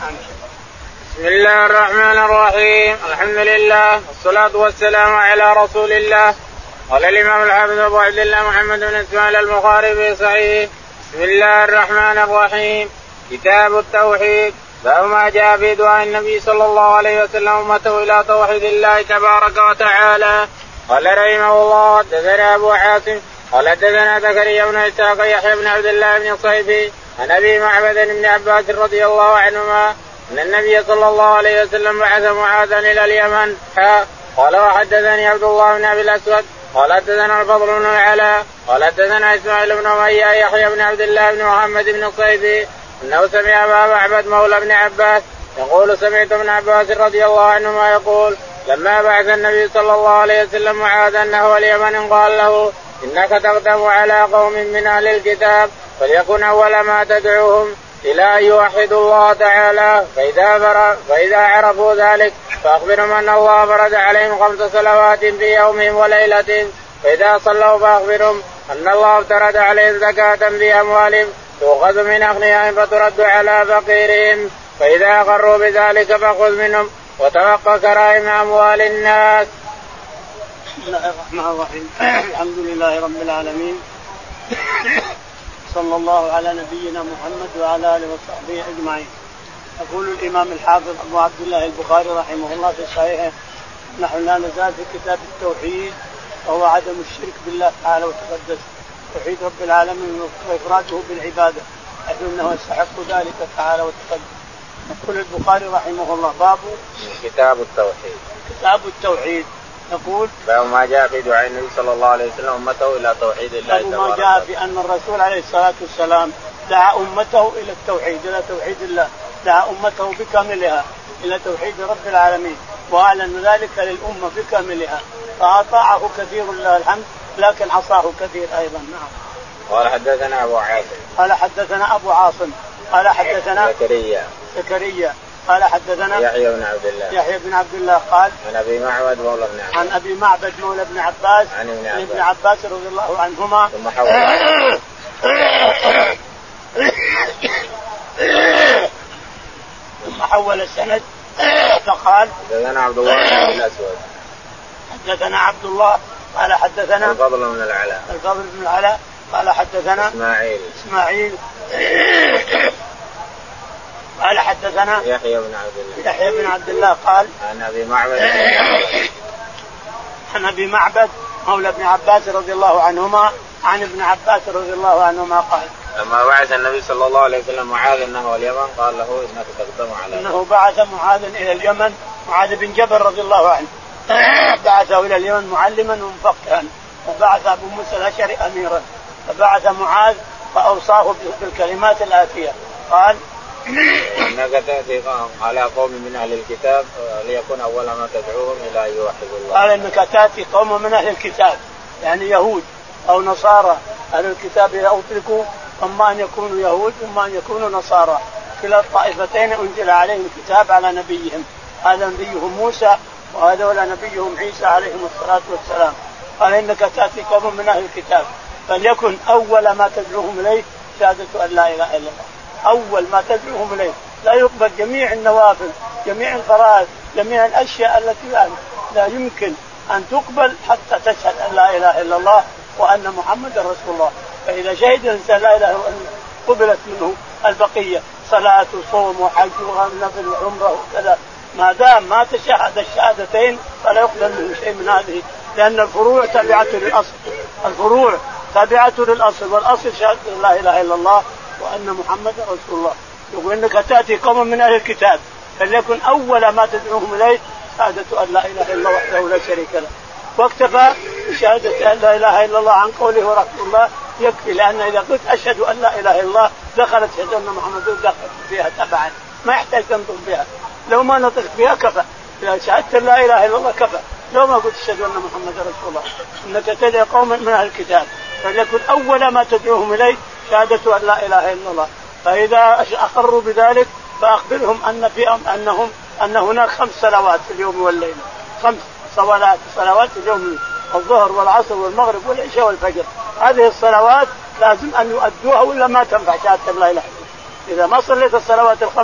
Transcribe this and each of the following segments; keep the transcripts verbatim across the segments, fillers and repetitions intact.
بسم الله الرحمن الرحيم. الحمد لله والصلاة والسلام على رسول الله. قال الإمام الحافظ أبو عبد الله محمد بن إسماعيل البخاري في صحيح. بسم الله الرحمن الرحيم. كتاب التوحيد. باب ما جاء في دعاء النبي صلى الله عليه وسلم أمته إلى توحيد الله تبارك وتعالى. قال رحمه الله حدثنا أبو عاصم قال حدثنا زكريا بن إسحاق يحيى بن عبد الله بن الصيفي عن أبي معبد بن عباس رضي الله عنهما أن النبي صلى الله عليه وسلم بعث معاذا إلى اليمن. قال وحدثني عبد الله بن أبي الأسود قال حدثنا الفضل بن العلاء قال حدثنا إسماعيل بن أمية يحيى بن عبد الله بن محمد بن الصيفي أنه سمع أبا معبد مولى بن عباس يقول سمعت ابن عباس رضي الله عنهما يقول لما بعث النبي صلى الله عليه وسلم معاذا نحو اليمن قال له إنك تقدم على قوم من أهل الكتاب فليكن أول ما تدعوهم إلى أن يوحدوا الله تعالى فإذا, فإذا عرفوا ذلك فأخبرهم أن الله فرض عليهم خمس صلوات في يومهم وليلة فإذا صلوا فأخبرهم أن الله افترض عليهم زكاة في أموالهم تؤخذ من أغنيائهم فترد على فقيرهم فإذا أقروا بذلك فخذ منهم وتوقع كرائم أموال الناس. بسم الله الرحمن الرحيم. الحمد لله رب العالمين صلى الله على نبينا محمد وعلى آله وصحبه أجمعين. يقول الإمام الحافظ أبو عبد الله البخاري رحمه الله في صحيحه نحن لا نزال في كتاب التوحيد وهو عدم الشرك بالله تعالى وتقدس توحيد رب العالمين وإفراده بالعبادة حيث أنه يستحق ذلك تعالى وتقدس. يقول البخاري رحمه الله باب كتاب التوحيد. كتاب التوحيد يقول باب ما جاء في دعاء النبي صلى الله عليه وسلم أمته إلى توحيد الله تبارك وتعالى. ما جاء في أن الرسول عليه الصلاة والسلام دعا أمته إلى التوحيد إلى توحيد الله دعا أمته بكاملها إلى توحيد رب العالمين وأعلن ذلك للأمة بكاملها فأطاعه كثير لله الحمد لكن عصاه كثير أيضا. نعم. قال حدثنا أبو عاصم قال حدثنا أبو عاصم قال حدثنا زكريا زكريا قال حدثنا يحيى بن عبد الله يحيى بن عبد الله قال عن أبي معبد مولى بن عباس عن أبي معبد مولى بن عباس عن ابن عباس, ابن عباس رضي الله عنهما ثم حول ثم حول السند فقال حدثنا عبد الله بن الأسود حدثنا عبد الله قال حدثنا الفضل بن العلاء الفضل بن العلاء قال حدثنا إسماعيل إسماعيل قال حدثنا يحيى بن عبد الله يحيى بن عبد الله قال عن أبي معبد عن أبي معبد مولى ابن عباس رضي الله عنهما عن ابن عباس رضي الله عنهما قال لما بعث النبي صلى الله عليه وسلم معاذ انه اليمن قال له انك تقدم على انه بعث معاذ الى اليمن معاذ بن جبل رضي الله عنه بعثه الى اليمن معلما ومفقها وبعث ابو موسى الاشعري اميرا فبعث معاذ فاوصاه بالكلمات الاتيه قال انك تاتي على قوم من اهل الكتاب ليكون اول ما تدعوهم الى ان يوحدوا الله. قال انك تاتي قوم من اهل الكتاب يعني يهود او نصارى. اهل الكتاب اذا اطلقوا اما ان يكونوا يهود واما ان يكونوا نصارى كلا الطائفتين انزل عليهم الكتاب على نبيهم هذا نبيهم موسى وهذا ولا نبيهم عيسى عليهم الصلاه والسلام. قال انك تاتي قوم من اهل الكتاب فليكن اول ما تدعوهم اليه شهاده ان لا اله الا الله. أول ما تدعوهم إليه لا يقبل جميع النوافل جميع الفرائض جميع الأشياء التي لا يمكن أن تقبل حتى تشهد أن لا إله إلا الله وأن محمد رسول الله. فإذا شهد الإنسان لا إله إلا الله قبلت منه البقية صلاة وصوم وحج ونفل وعمرة وكذا ما دام ما تشهد الشهادتين فلا يقبل منه شيء من هذه لأن الفروع تابعة للأصل. الفروع تابعة للأصل والأصل شهادة لا إله إلا الله وأن محمد رسول الله. يقول إنك تأتي قوم من أهل الكتاب فليكن أول ما تدعوهم إليه شهادة أن لا إله إلا الله وحده لا شريك له واكتفى بشهادة أن لا إله إلا الله عن قوله ورسول الله يكفي لأن إذا قلت أشهد أن لا إله إلا الله دخلت شهادة أن محمد دخلت فيها تبعا ما يحتاج تنطق بها. لو ما نطق بها كفى إذا شهدت لا إله إلا الله كفى لو ما قلت أشهد أن محمد رسول الله. إنك تدعي قوم من أهل الكتاب فليكن أول ما تدعوهم إليه شهادة أن لا إله إلا الله. فإذا أقروا بذلك فأخبرهم أن في أنهم أن هناك خمس صلوات في اليوم والليلة خمس صلوات صلوات في اليوم الظهر والعصر والمغرب والعشاء والفجر. هذه الصلوات لازم أن يؤدوها ولا ما تنفع شهادة لا إله إلا الله. إذا ما صليت الصلوات الخمس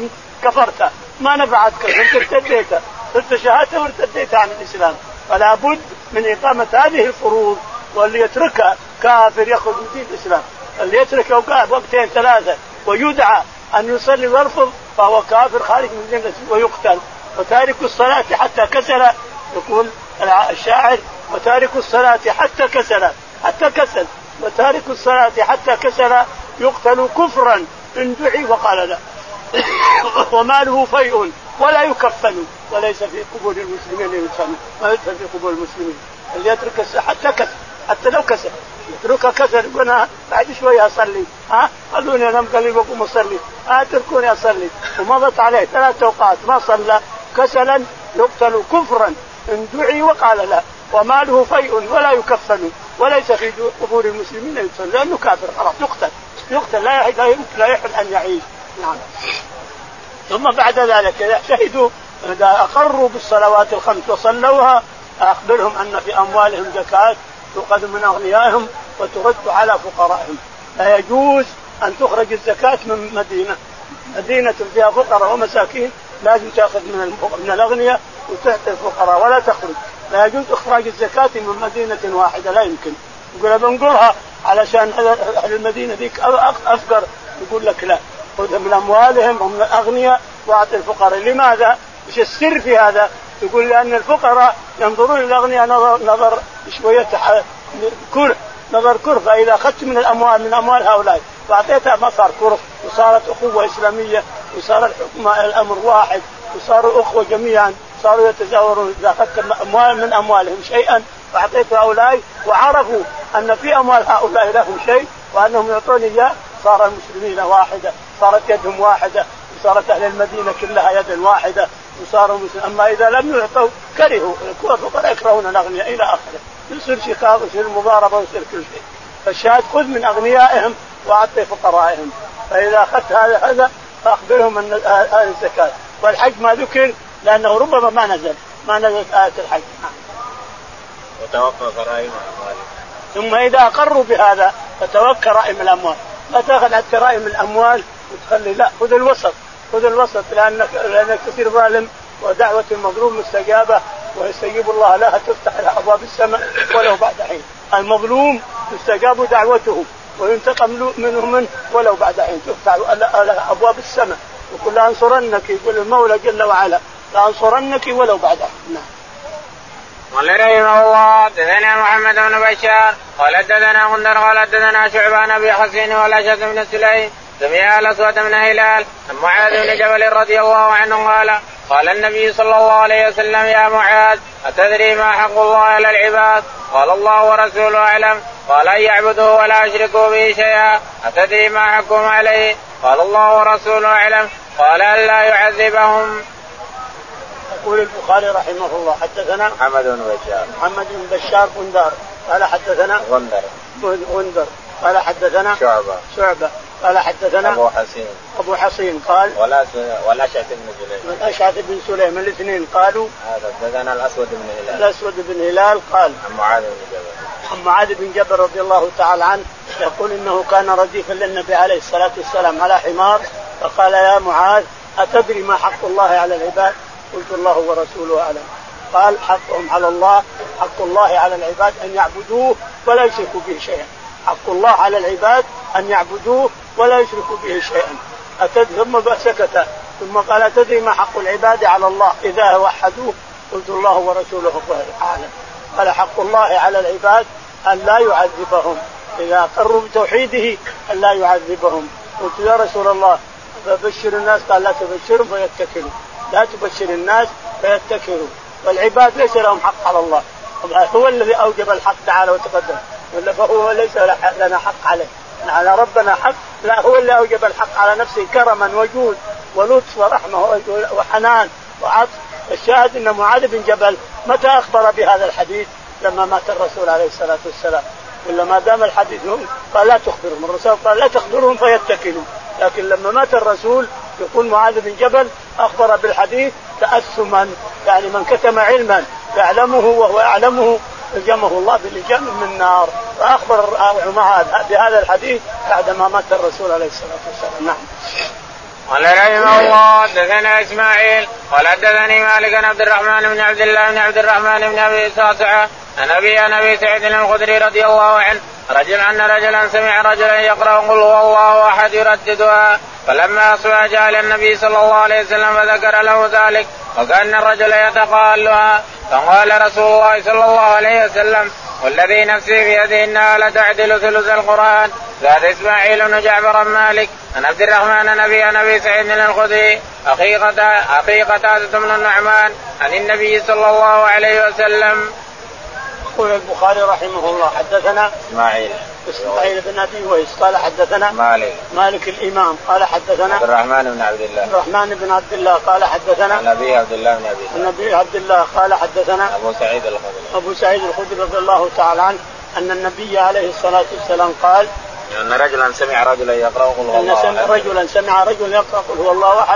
كفرت ما نفعتك صرت ارتديت صرت شهادة وارتديت عن الإسلام. فلا بد من إقامة هذه الفروض، واللي يتركها كافر يخرج من دين الإسلام. اللي يترك وقتين ثلاثة ويدعى أن يصلي ويرفض فهو كافر خارج من دين الإسلام ويقتل. وتارك الصلاة حتى كسل، يقول الشاعر وتارك الصلاة حتى كسل حتى كسل وتارك الصلاة حتى كسل يقتل كفرا إن دعي وقال لا وماله فيء ولا يكفن وليس في قبور المسلمين يدفن وليس في قبور المسلمين. اللي يترك الصلاة حتى كسل حتى لو كسل يتركها كسل يقول أنا بعد شوية أصلي ها خلوني أنام قليل وأقوم أصلي ها تركوني أصلي ومضت عليه ثلاث أوقات ما صلى كسلا يقتل كفرا إن دعي وقال لا وماله فيء ولا يكفن وليس في قبور المسلمين يدفن لأنه كافر خلاص يقتل يقتل لا لا يحل أن يعيش. نعم. ثم بعد ذلك شهدوا إذا أقروا بالصلوات الخمس وصلوها أخبرهم أن في أموالهم زكاة تؤخذ من أغنيائهم وترد على فقرائهم. لا يجوز أن تخرج الزكاة من مدينة مدينة فيها فقراء ومساكين لازم تأخذ من من الأغنياء وتعطي الفقراء ولا تخرج. لا يجوز إخراج الزكاة من مدينة واحدة لا يمكن. يقول بنقرها علشان أهل المدينة ذيك أفقر يقول لك لا خذ من أموالهم ومن الأغنياء وأعطي الفقراء. لماذا؟ مش السر في هذا؟ يقول لأن الفقراء ينظرون للأغنياء نظر نظر شوية كره نظر كره. فإذا أخذت من الأموال من أموال هؤلاء وأعطيتها ما صار كره وصارت أخوة إسلامية وصار الحكم الأمر واحد وصاروا أخوة جميعا صاروا يتزاورون. إذا أخذت أموال من أموالهم شيئا وأعطيت هؤلاء وعرفوا أن في أموال هؤلاء لهم شيء وأنهم يعطون إياه صار المسلمين واحدة صارت يدهم واحدة وصارت أهل المدينة كلها يد واحدة وصاروا مسلمين. أما إذا لم يعطوا كرهوا الفقراء يكرهون الأغنياء إلى آخره يصير شقاق ويصير مضاربة ويصير كل شيء. فالشاهد خذ من أغنيائهم وأعطي فقرائهم. فإذا أخذت هذا هذا فأخبرهم أن هذه الزكاة. والحج ما ذكر لأنه ربما ما نزل ما نزلت آية الحج. وتوقع كرائم الأموال. ثم إذا أقروا بهذا فتوكل كرائم الأموال. لا تأخذ على كرائم الأموال وتخلي لا خذ الوسط خذ الوسط لأنك لأنك تصير ظالم. ودعوة المظلوم مستجابة ويستجيب الله لها تفتح لها أبواب السماء ولو بعد حين. المظلوم تستجاب دعوته وينتقم منه منه ولو بعد حين تفتح لها أبواب السماء وقل لأنصرنك يقول المولى جل وعلا لأنصرنك ولو بعد حين. قال رحمه الله حدثنا محمد بن بشار قال حدثنا غندر قال حدثنا شعبان ابي حسين والاشعث بن سليم سمع الاسود بن هلال عن معاذ بن جبل رضي الله عنه قال قال النبي صلى الله عليه وسلم يا معاذ أتدري ما حق الله على العباد؟ قال الله ورسوله أعلم. قال أن يعبدوه ولا يشركوا به شيئا. أتدري ما حقهم عليه؟ قال الله ورسوله أعلم. قال ألا يعذبهم. يقول البخاري رحمه الله حدثنا محمد بن بشار محمد بن بشار غندر قال حدثنا غندر غندر قال حدثنا شعبة شعبة قال حدثنا أبو حسين أبو حسين قال ولا ولا أشعث بن سليم أشعث بن سليم الاثنين قالوا هذا حدثنا الأسود بن هلال الأسود بن هلال قال عن معاذ بن جبل عن معاذ بن جبل رضي الله تعالى عنه يقول إنه كان رديفا للنبي عليه الصلاة والسلام على حمار فقال يا معاذ أتدري ما حق الله على العباد؟ قلت الله ورسوله أعلم. قال حقهم على الله حق الله على العباد أن يعبدوه ولا يشركوا به شيئا. حق الله على العباد أن يعبدوه ولا يشركوا به شيئا. ثم سكت ثم قال أتدري ما حق العباد على الله إذا وحدوه؟ قلت الله ورسوله أعلم. قال حق الله على العباد أن لا يعذبهم إذا قروا بتوحيده أن لا يعذبهم. قلت يا رسول الله فبشر الناس. قال لا تبشرهم فيتكلوا لا تبشر الناس فيتكلوا. والعباد ليس لهم حق على الله هو الذي أوجب الحق تعالى وتقدم ولا فهو ليس لنا حق عليه على ربنا حق. لا هو اللي أوجب الحق على نفسه كرما وجود ولطف ورحمة وحنان وعطف. الشاهد أن معاذ بن جبل متى أخبر بهذا الحديث؟ لما مات الرسول عليه الصلاة والسلام. ولا ما دام الحديث قال لا تخبرهم. الرسول قال لا تخبرهم فيتكلوا. لكن لما مات الرسول يقول معاذ بن جبل أخبر بالحديث تأثما يعني من كتم علما يعلمه وهو يعلمه لجمه الله بلجام من نار. فأخبر معاذ بهذا الحديث بعدما مات الرسول عليه الصلاة والسلام. نعم. قال رحمه الله حدثنا اسماعيل قال حدثني مالك عن عبد الرحمن بن عبد الله بن عبد الرحمن بن ابي ساسعه عن ابي عن ابي سعيد الخدري رضي الله عنه رجل ان رجلا سمع رجلا يقرأ قل هو الله احد يرددها فلما اصبح جاء الى النبي صلى الله عليه وسلم فذكر له ذلك وكان الرجل يتقالها فقال رسول الله صلى الله عليه وسلم والذي نفسي بيده انها لتعدل ثلث القرآن. زاد اسماعيل بن جعفر مالك عن عبد الرحمن نبي عن ابي سعيد الخدري اخي قتادة بن النعمان عن النبي صلى الله عليه وسلم. يقول البخاري رحمه الله حدثنا اسماعيل اسماعيل بن ابي ويس قال حدثنا مالك مالك الامام قال حدثنا عبد الرحمن بن عبد الله عبد الرحمن بن عبد الله قال حدثنا النبي عبد الله بن ابي النبي عبد الله قال حدثنا ابو سعيد الخدري ابو سعيد الخدري رضي الله تعالى عنه ان النبي عليه الصلاه والسلام قال ان رجلا سمع رجلا يقرأ قل هو الله احد رجلا سمع رجلا يقرأ قل هو الله احد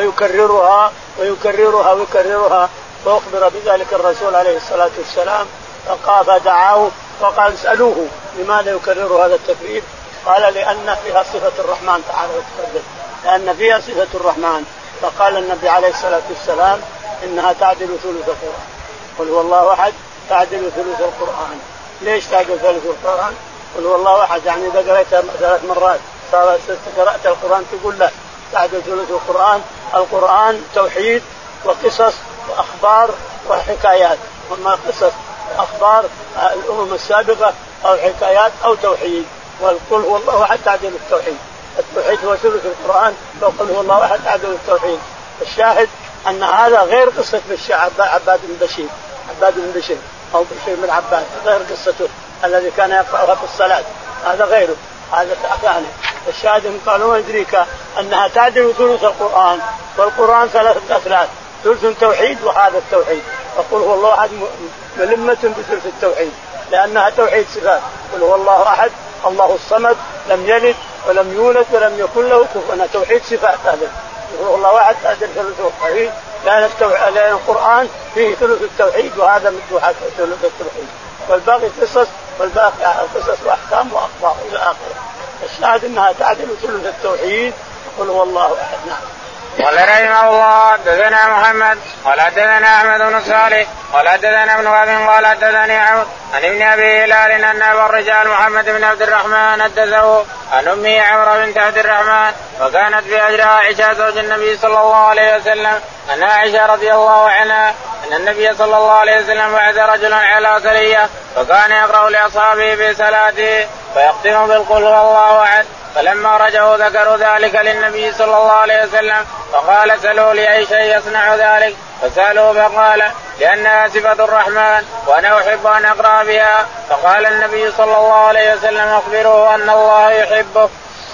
ويكررها ويكررها ويكررها فاخبر بذلك الرسول عليه الصلاه والسلام فقال فدعاه وقال اسألوه لماذا يكرر هذا التكرير؟ قال لأن فيها صفة الرحمن تعالى وتقدم لأن فيها صفة الرحمن. فقال النبي عليه الصلاة والسلام إنها تعدل ثلث القرآن. قل هو الله أحد تعدل ثلث القرآن. ليش تعدل ثلث القرآن؟ قل هو الله أحد يعني إذا قرأتها ثلاث مرات صار قرأت القرآن تقول له تعدل ثلث القرآن. القرآن توحيد وقصص وأخبار وحكايات وما قصص أخبار الأمم السابقة أو حكايات أو توحيد. والقل هو الله أحد تعدل التوحيد. التوحيد هو ثلث القرآن وقل هو الله أحد تعدل التوحيد. الشاهد أن هذا غير قصة عباد بن بشير عباد بن بشير أو بشير بن عباد غير قصته الذي كان يقرأها في الصلاة هذا غيره هذا ثاني. الشاهد قالوا يدريك أنها تعدل ثلث القرآن والقرآن ثلاثة أثلاث ثلث توحيد وهذا التوحيد. فقل هو الله أحد ملمة بثلث التوحيد لأنها توحيد صفات. قل هو الله أحد الله الصمد لم يلد ولم يولد ولم يكن له كفوا توحيد صفات. هذا هو الله أحد تعدل ثلث التوحيد لأن, لأن القرآن فيه ثلث التوحيد وهذا مثل ثلث التوحيد والباقي قصص والباقي قصص وأحكام وأخبار إلى آخره. الشاهد أنها تعدل ثلث التوحيد. قل هو الله أحد. نعم. قال رحمه الله حدثنا محمد قال حدثنا احمد بن صالح قال حدثنا ابن وهب قال حدثني عمرو عن ابن ابي هلال ان ابا الرجال محمد بن عبد الرحمن حدثه عن امه عمرو بنت عبد الرحمن وكانت باجر عائشه زوج النبي صلى الله عليه وسلم ان عائشه رضي الله عنها ان النبي صلى الله عليه وسلم بعث رجلا على سريه فكان يقرأ لاصحابه في صلاته فيختم بالقل هو الله احد. فلما رجعوا ذكروا ذلك للنبي صلى الله عليه وسلم فقال سألوا لي أي شيء يصنع ذلك فسألوا فقال لأنها صفة الرحمن وأنا أحب أن أقرأ بها. فقال النبي صلى الله عليه وسلم أخبروه أن الله يحبه.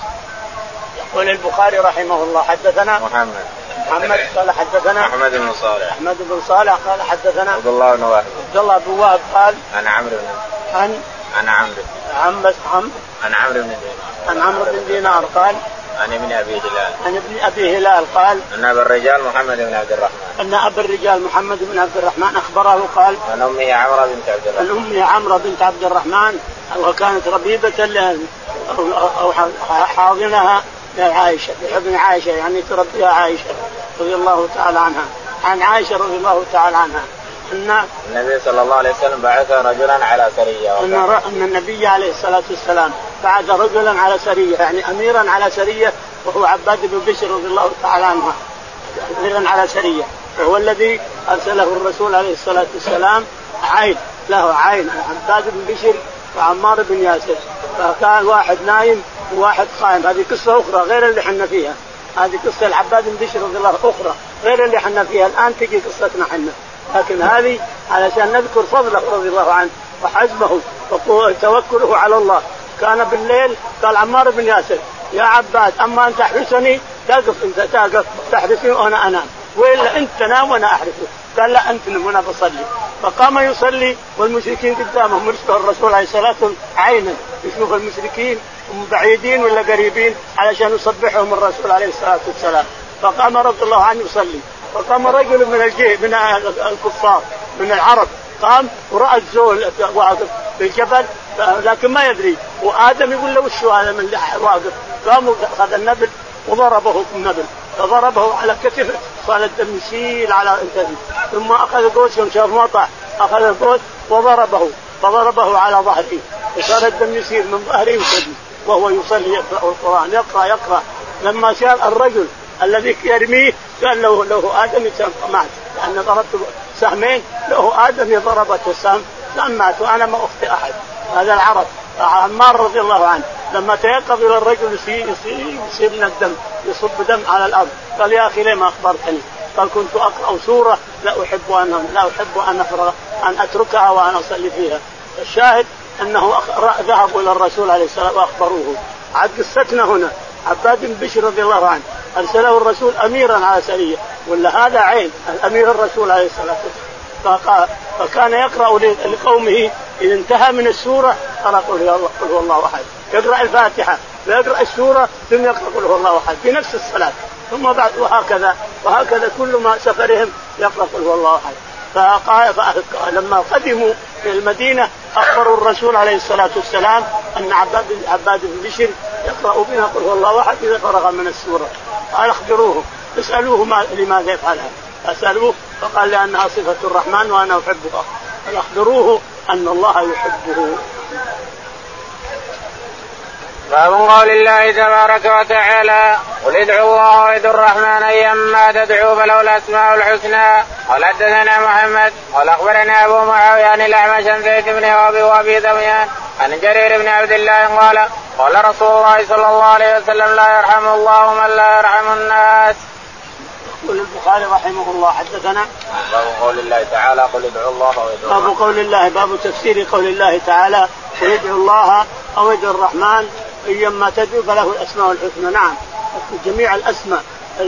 يقول البخاري رحمه الله حدثنا محمد محمد قال حدثنا أحمد بن صالح أحمد بن صالح قال حدثنا عبد الله بن وهب عبد الله بن وهب قال عن عمرو عن عن عمرو عن عن عن عمرو بن دينار عن عمرو بن دينار قال عن ابن ابي هلال عن ابن ابي هلال قال ان ابا الرجال محمد بن عبد الرحمن ان ابا الرجال محمد بن عبد الرحمن اخبره قال عن امه عمرو بنت عبد الرحمن عن امه عمرو بنت عبد الرحمن وكانت ربيبه او حاضنها لعائشه بحضن عائشه يعني تربيها عائشه رضي الله تعالى عنها. عن عائشه رضي الله تعالى عنها ان النبي صلى الله عليه وسلم بعث رجلا على سريه ان ان النبي عليه الصلاه والسلام بعث رجلا على سريه يعني اميرا على سريه وهو عباد بن بشر رضي الله تعالى عنه اميرا على سريه وهو الذي ارسله الرسول عليه الصلاه والسلام عين له عين عباد بن بشر وعمار بن ياسر. فكان واحد نايم وواحد قائم. هذه قصه اخرى غير اللي حنا فيها. هذه قصه العباد بن بشر رضي الله اخرى غير اللي حنا فيها الان تجي قصتنا حنا. لكن هذه علشان نذكر فضله رضي الله عنه وحزمه وتوكله على الله. كان بالليل قال عمار بن ياسر يا عباد اما ان تحرسني تقف انت تقف تحرسني وانا انام والا انت تنام وانا احرسك. قال لا انت نم وانا بصلي. فقام يصلي والمشركين قدامه مرسل الرسول عليه الصلاه والسلام عينا يشوف المشركين بعيدين ولا قريبين علشان يصبحهم الرسول عليه الصلاه والسلام. فقام رضي الله عنه يصلي. فقام رجل من الجيش من الكفار من العرب قام ورأى الزول واقف في الجبل لكن ما يدري وآدم يقول له وشو هذا من واقف. قام أخذ النبل وضربه بالنبل فضربه على كتفه صار الدم يسيل على كتفه، ثم أخذ قوس يوم شاف مطع أخذ القوس وضربه فضربه على ظهره وصار الدم يسيل من ظهره وكتفه وهو يصلي يقرأ القرآن يقرأ يقرأ. لما شاف الرجل الذي يرميه قال له له آدم مات، لأن ضربت سهمين له آدم ضربته السهم مات وأنا ما أخطئ أحد. هذا العرب. عمار رضي الله عنه لما تيقظ إلى الرجل يصيب من الدم يصب دم على الأرض قال يا أخي لما أخبرتني؟ قال كنت أقرأ سورة لا أحب أن لا أحب أن أفرغ أن أتركها وأنا أصلي فيها. الشاهد أنه ذهبوا إلى الرسول عليه الصلاة والسلام وأخبروه. عد قصتنا هنا عباد بن بشر رضي الله عنه أرسله الرسول أميرا على سرية ولا هذا عين الأمير الرسول عليه الصلاة والسلام، فكان يقرأ لقومه إذا انتهى من السورة قرأ قل هو الله أحد، يقرأ الفاتحة ويقرأ السورة ثم يقرأ قل هو الله أحد في نفس الصلاة، ثم بعد وهكذا وهكذا كل ما سفرهم يقرأ قل هو الله أحد. فقال لما قدموا في المدينة أخبروا الرسول عليه الصلاة والسلام أن عباد عباد بن بشر يقرأ بنا قل هو الله أحد إذا فرغ من السورة. قال أخبروه اسألوه ما لماذا يفعلها، أسألوه فقال لأنها صفة الرحمن وأنا أحبها. أخبروه أن الله يحبه. باب قول الله تبارك وتعالى قل ادعوا الله وادعوا الرحمن أيما تدعوا فله الأسماء الحسنى. قال حدثنا محمد قال أخبرنا أبو معاوية عن الأعمش عن زيد بن وهب وأبي ذبيان عن جرير بن عبد الله قال قال رسول الله صلى الله عليه وسلم لا يرحم الله من لا يرحم الناس. يقول البخاري رحمه الله حدثنا باب قول الله تعالى قل ادعوا الله وادعوا باب قول الله باب تفسير قول الله تعالى قل ادعوا الله أو ادعوا الرحمن أيما تدعو فله الأسماء الحسنى. نعم جميع الأسماء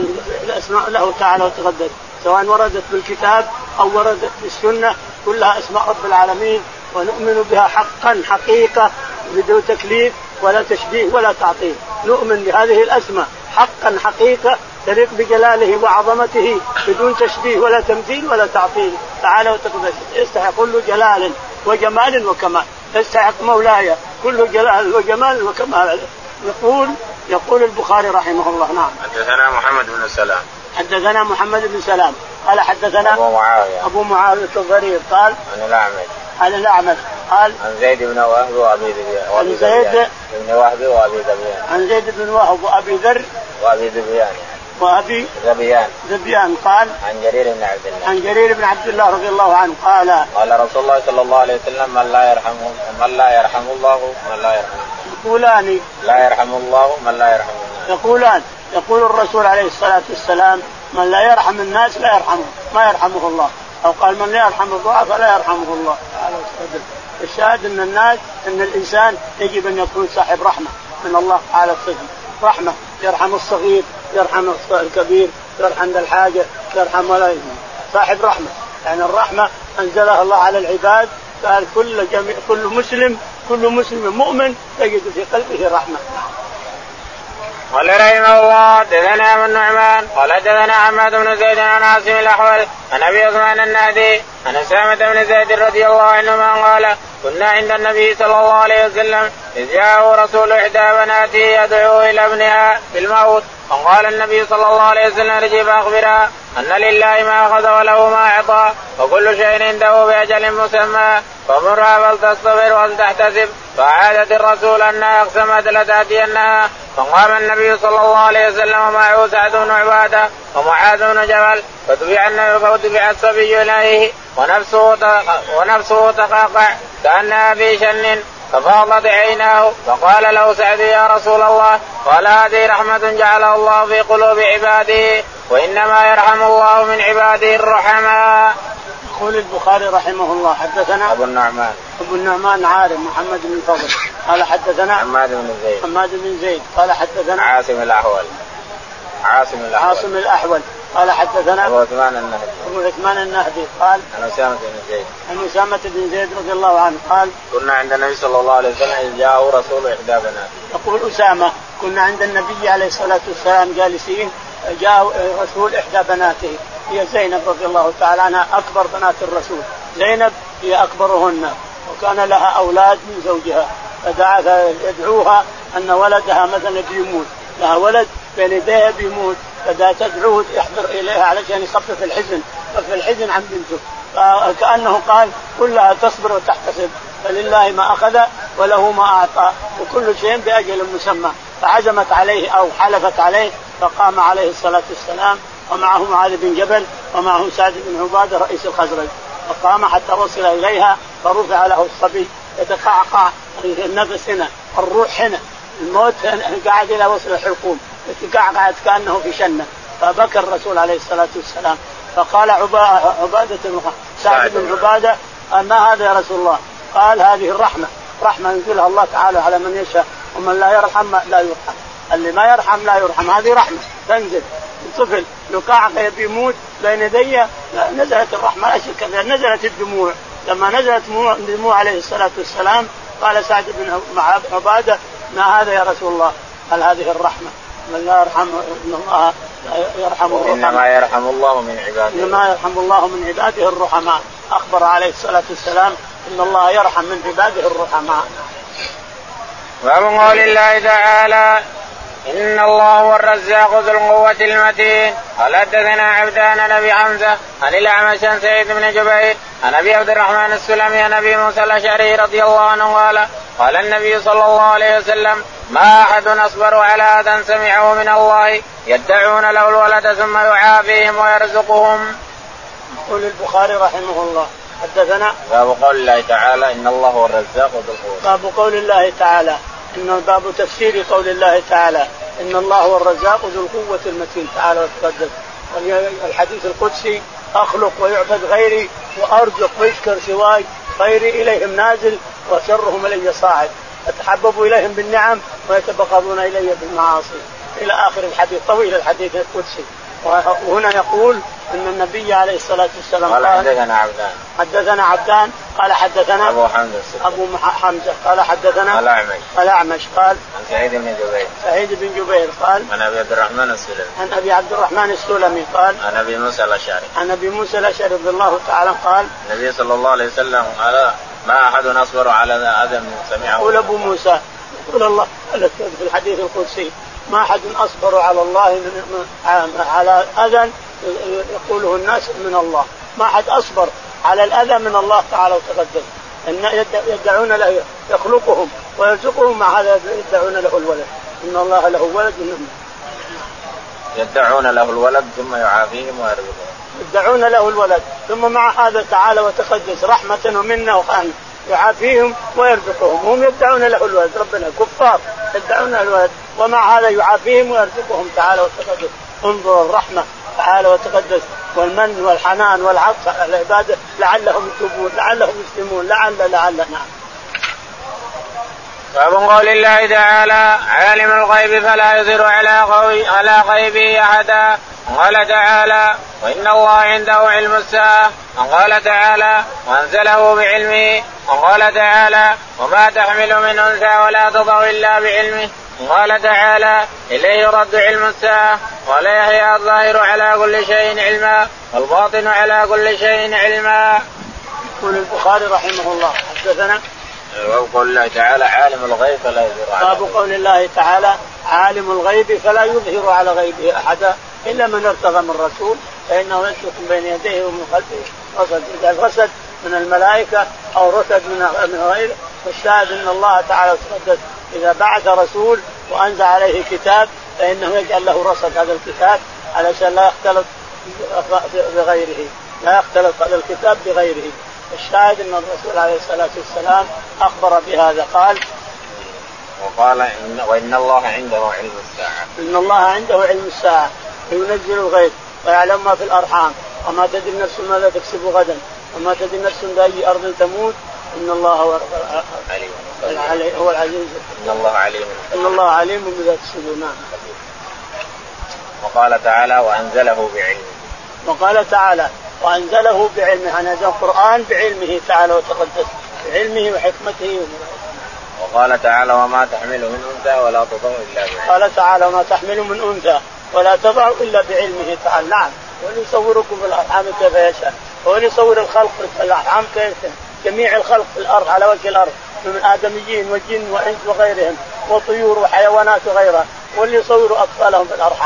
الأسماء له تعالى وتقدس سواء وردت بالكتاب أو وردت بالسنة كلها أسماء رب العالمين ونؤمن بها حقا حقيقة بدون تكليف ولا تشبيه ولا تعطيل. نؤمن بهذه الأسماء حقا حقيقة تليق بجلاله وعظمته بدون تشبيه ولا تمثيل ولا تعطيل تعالى وتقدس. يستحق كل جلال وجمال وكمال، يستحق مولاي كل جلال وجمال وكمال. يقول يقول البخاري رحمه الله. نعم حدثنا محمد بن سلام حدثنا محمد بن سلام قال حدثنا أبو معاوية أبو معاوية الضرير قال عن الأعمش عن الأعمش قال عن زيد بن وهب وأبي ذبيان عن زيد بن وهب وأبي ذبيان عن زيد بن وهب وأبي ذر وأبي ذبيان وأبي ذبيان ذبيان قال عن جرير بن عبد الله عن جرير بن عبد الله رضي الله عنه قال قال رسول الله صلى الله عليه وسلم من لا يرحمه من لا يرحم الله من لا يرحمه. يقولان لا يرحم الله من لا يرحم الناس. يقولان يقول الرسول عليه الصلاة والسلام من لا يرحم الناس لا يرحمه ما يرحمه الله، أو قال من لا يرحم الضعف فلا يرحمه الله تعالى. الشاهد أن الناس أن الإنسان يجب أن يكون صاحب رحمة من الله تعالى الصدق رحمة، يرحم الصغير يرحم الكبير يرحم الحاجة يرحم ولا يرحم. صاحب رحمة يعني الرحمة أنزلها الله على العباد قال كل جميع كل مسلم كل مسلم مؤمن تجد في قلبه رحمة. قال رحمه الله دثنا من نعمان قال دثنا حماد بن زيد عن عاصم الأحول عن أبي عثمان النهدي عن أسامة بن زيد رضي الله عنهما قال كنا عند النبي صلى الله عليه وسلم إذ جاءه رسول إحدى بناته يدعو إلى ابنها بالموت فقال النبي صلى الله عليه وسلم ارجع فأخبرها أن لله ما أخذ وله ما أعطى وكل شيء عنده بأجل مسمى فمرها فلتصطبر ولتحتسب. فعادت الرسول أنها أقسمت لتأتينها فقام النبي صلى الله عليه وسلم ومعه سعد بن عبادة ومعاذ بن جبل فتبع النبي فتبع الصبي إليه ونفسه ونفسه تقاقع كأنها في شن ففاضت عيناه فقال له سعد يا رسول الله قال هذه رحمة جعلها الله في قلوب عباده وإنما يرحم الله من عباده الرحماء. يقول البخاري رحمه الله حدثنا أبو النعمان أبو النعمان عارم محمد بن فضل قال حدثنا حماد بن زيد حماد بن زيد قال حدثنا عاصم الأحول عاصم الأحول عاصم الأحول قال حدثنا أبو عثمان النهدي أبو عثمان النهدي قال عن أسامة بن زيد عن أسامة بن زيد رضي الله عنه قال كنا عند النبي صلى الله عليه وسلم إذ جاءه رسول إحدى بناته. يقول أسامة كنا عند النبي عليه الصلاة والسلام جالسين جاء رسول إحدى بناته هي زينب رضي الله تعالى عنها أكبر بنات الرسول. زينب هي أكبرهن وكان لها أولاد من زوجها فدعا يدعوها أن ولدها مثلا بيموت لها ولد بين يديها بيموت فدا تدعوه يحضر إليها علشان يخفف الحزن، خفف الحزن عن بنته. كأنه قال كلها تصبر وتحتسب، فلله ما أخذ وله ما أعطى وكل شيء بأجل مسمى. فعزمت عليه أو حلفت عليه، فقام عليه الصلاة والسلام ومعه معاذ بن جبل ومعه سعد بن عبادة رئيس الخزرج، فقام حتى وصل إليها فرفع له الصبي يتقعقع النفس هنا، الروح هنا، الموت قاعد إلى وصل الحلقوم يتقعقع كأنه في شنة. فبكى الرسول عليه الصلاة والسلام فقال عبادة سعد بن عبادة ما هذا يا رسول الله؟ قال هذه الرحمة، رحمة ينزلها الله تعالى على من يشاء، ومن لا يرحم لا يرحم، اللي ما يرحم لا يرحم، هذه رحمة تنزل. الطفل يقعق يبي يموت بين يدي نزلت الرحمة أشياء كثيرة، نزلت الدموع. لما نزلت دموع عليه الصلاة والسلام قال سعد بن عبادة ما هذا يا رسول الله؟ قال هذه الرحمة، من لا يرحم إن الله يرحم إنما يرحم الله من عباده إنما يرحم الله من عباده الرحماء. أخبر عليه الصلاة والسلام إن الله يرحم من عباده الرحماء. ومن قول الله تعالى إن الله هو الرزاق ذو القوة المتين. قال حدثنا عبدان نبي حمزة عن الأعمش عن سعيد بن جبير عن أبي عبد الرحمن السلمي عن أبي موسى الأشعري رضي الله عنه قال قال النبي صلى الله عليه وسلم ما أحد أصبر على أذى سمعه من الله يدعون له الولد ثم يعافيهم ويرزقهم. يقول البخاري رحمه الله حدثنا باب قول الله تعالى إن الله هو الرزاق ذو القوة. باب قول الله تعالى إن باب تفسير قول الله تعالى إن الله هو الرزاق ذو القوة المتين تعالى وتقدس. الحديث القدسي أخلق ويعبد غيري وأرزق ويشكر سواي، خيري إليهم نازل وشرهم إلي صاعد، أتحبب إليهم بالنعم ويتبغضون إلي بالمعاصي إلى آخر الحديث. طويل الحديث القدسي. وهنا يقول ان النبي عليه الصلاه والسلام قال حدثنا عبدان حدثنا عبدان قال حدثنا ابو حمزه ابو حمزه قال حدثنا الاعمش الاعمش قال عن سعيد بن جبير سعيد بن جبير قال عن ابي عبد الرحمن السلمي عن ابي عبد الرحمن السلمي قال عن ابي موسى الاشعري عن ابي موسى الاشعري رضي الله تعالى قال النبي صلى الله عليه وسلم قال ما احد اصبر على اذى سمعه. يقول ابو موسى يقول الله في الحديث القدسي ما أحد أصبر على الله على أذى يقوله الناس من الله، ما أحد أصبر على الأذى من الله تعالى وتقدم. إن يدعون له يخلقهم ويرزقهم مع هذا يدعون له الولد، إن الله له ولد منهم. يدعون له الولد ثم يعافيهم ويرزقهم. يدعون له الولد ثم مع هذا تعالى وتقدس رحمة ومنه وخان يعافيهم ويرزقهم. هم يدعون له الولد، ربنا كفار يدعون له الولد ومع هذا يعافيهم ويرزقهم تعالى وتقدس. انظر الرحمة تعالى وتقدس والمن والحنان والعطف على العبادة لعلهم يتوبون لعلهم يسلمون لعل لعل نعم. باب قول الله تعالى عالم الغيب فلا يظهر على غوي على غيبه أحدا. قال تعالى وإن الله عنده علم الساعة. قال تعالى وأنزله بعلمه. قال تعالى وما تحمل من أنثى ولا تضع إلا بعلمه. قال تعالى إليه يرد علم الساعة. ولا يحيى الظاهر على كل شيء علما والباطن على كل شيء علما. يقول البخاري رحمه الله حدثنا باب قول الله تعالى عالم الغيب فلا يظهر على باب قول الله تعالى عالم الغيب فلا يظهر على غيبه أحدا إلا من ارتضى من رسول فإنه يسلك بين يديه ومن خلفه رصد. إذا الرصد من الملائكة أو رصد من غيره فالشاهد أن الله تعالى تقدس إذا بعث رسول وأنزل عليه كتاب فإنه يجعل له رصد هذا الكتاب علشان لا يختلط بغيره لا يختلط هذا الكتاب بغيره. الشاهد أن الرسول عليه الصلاة والسلام أخبر بهذا قال وقال إن وإن الله عنده علم الساعة. إن الله عنده علم الساعة وينزل الغيب ويعلم ما في الأرحام وما تدري نفس ماذا تكسب غدا وما تدري نفس بأي أرض تموت. إن الله هو العليم هو العزيز. إن الله عليم إن الله عليم بذات الصدور. وقال تعالى وأنزله بعلمه. وقال تعالى وأنزله بعلمه. أنزل القرآن بعلمه تعالى وتقدس بعلمه وحكمته. وقال تعالى وما تحمل من أنثى ولا تضع إلا بعلمه. قال تعالى وما تحمل من أنثى ولا تضع إلا بعلمه تعالى. نعم وليصوركم في الأرحام كيف يشاء وليصور الخلق في الأرحام كيف جميع الخلق في الأرض على وجه الأرض من آدميين وجن وإنس وغيرهم وطيور وحيوانات وغيرها واللي يصوروا أطفالهم في الأرحام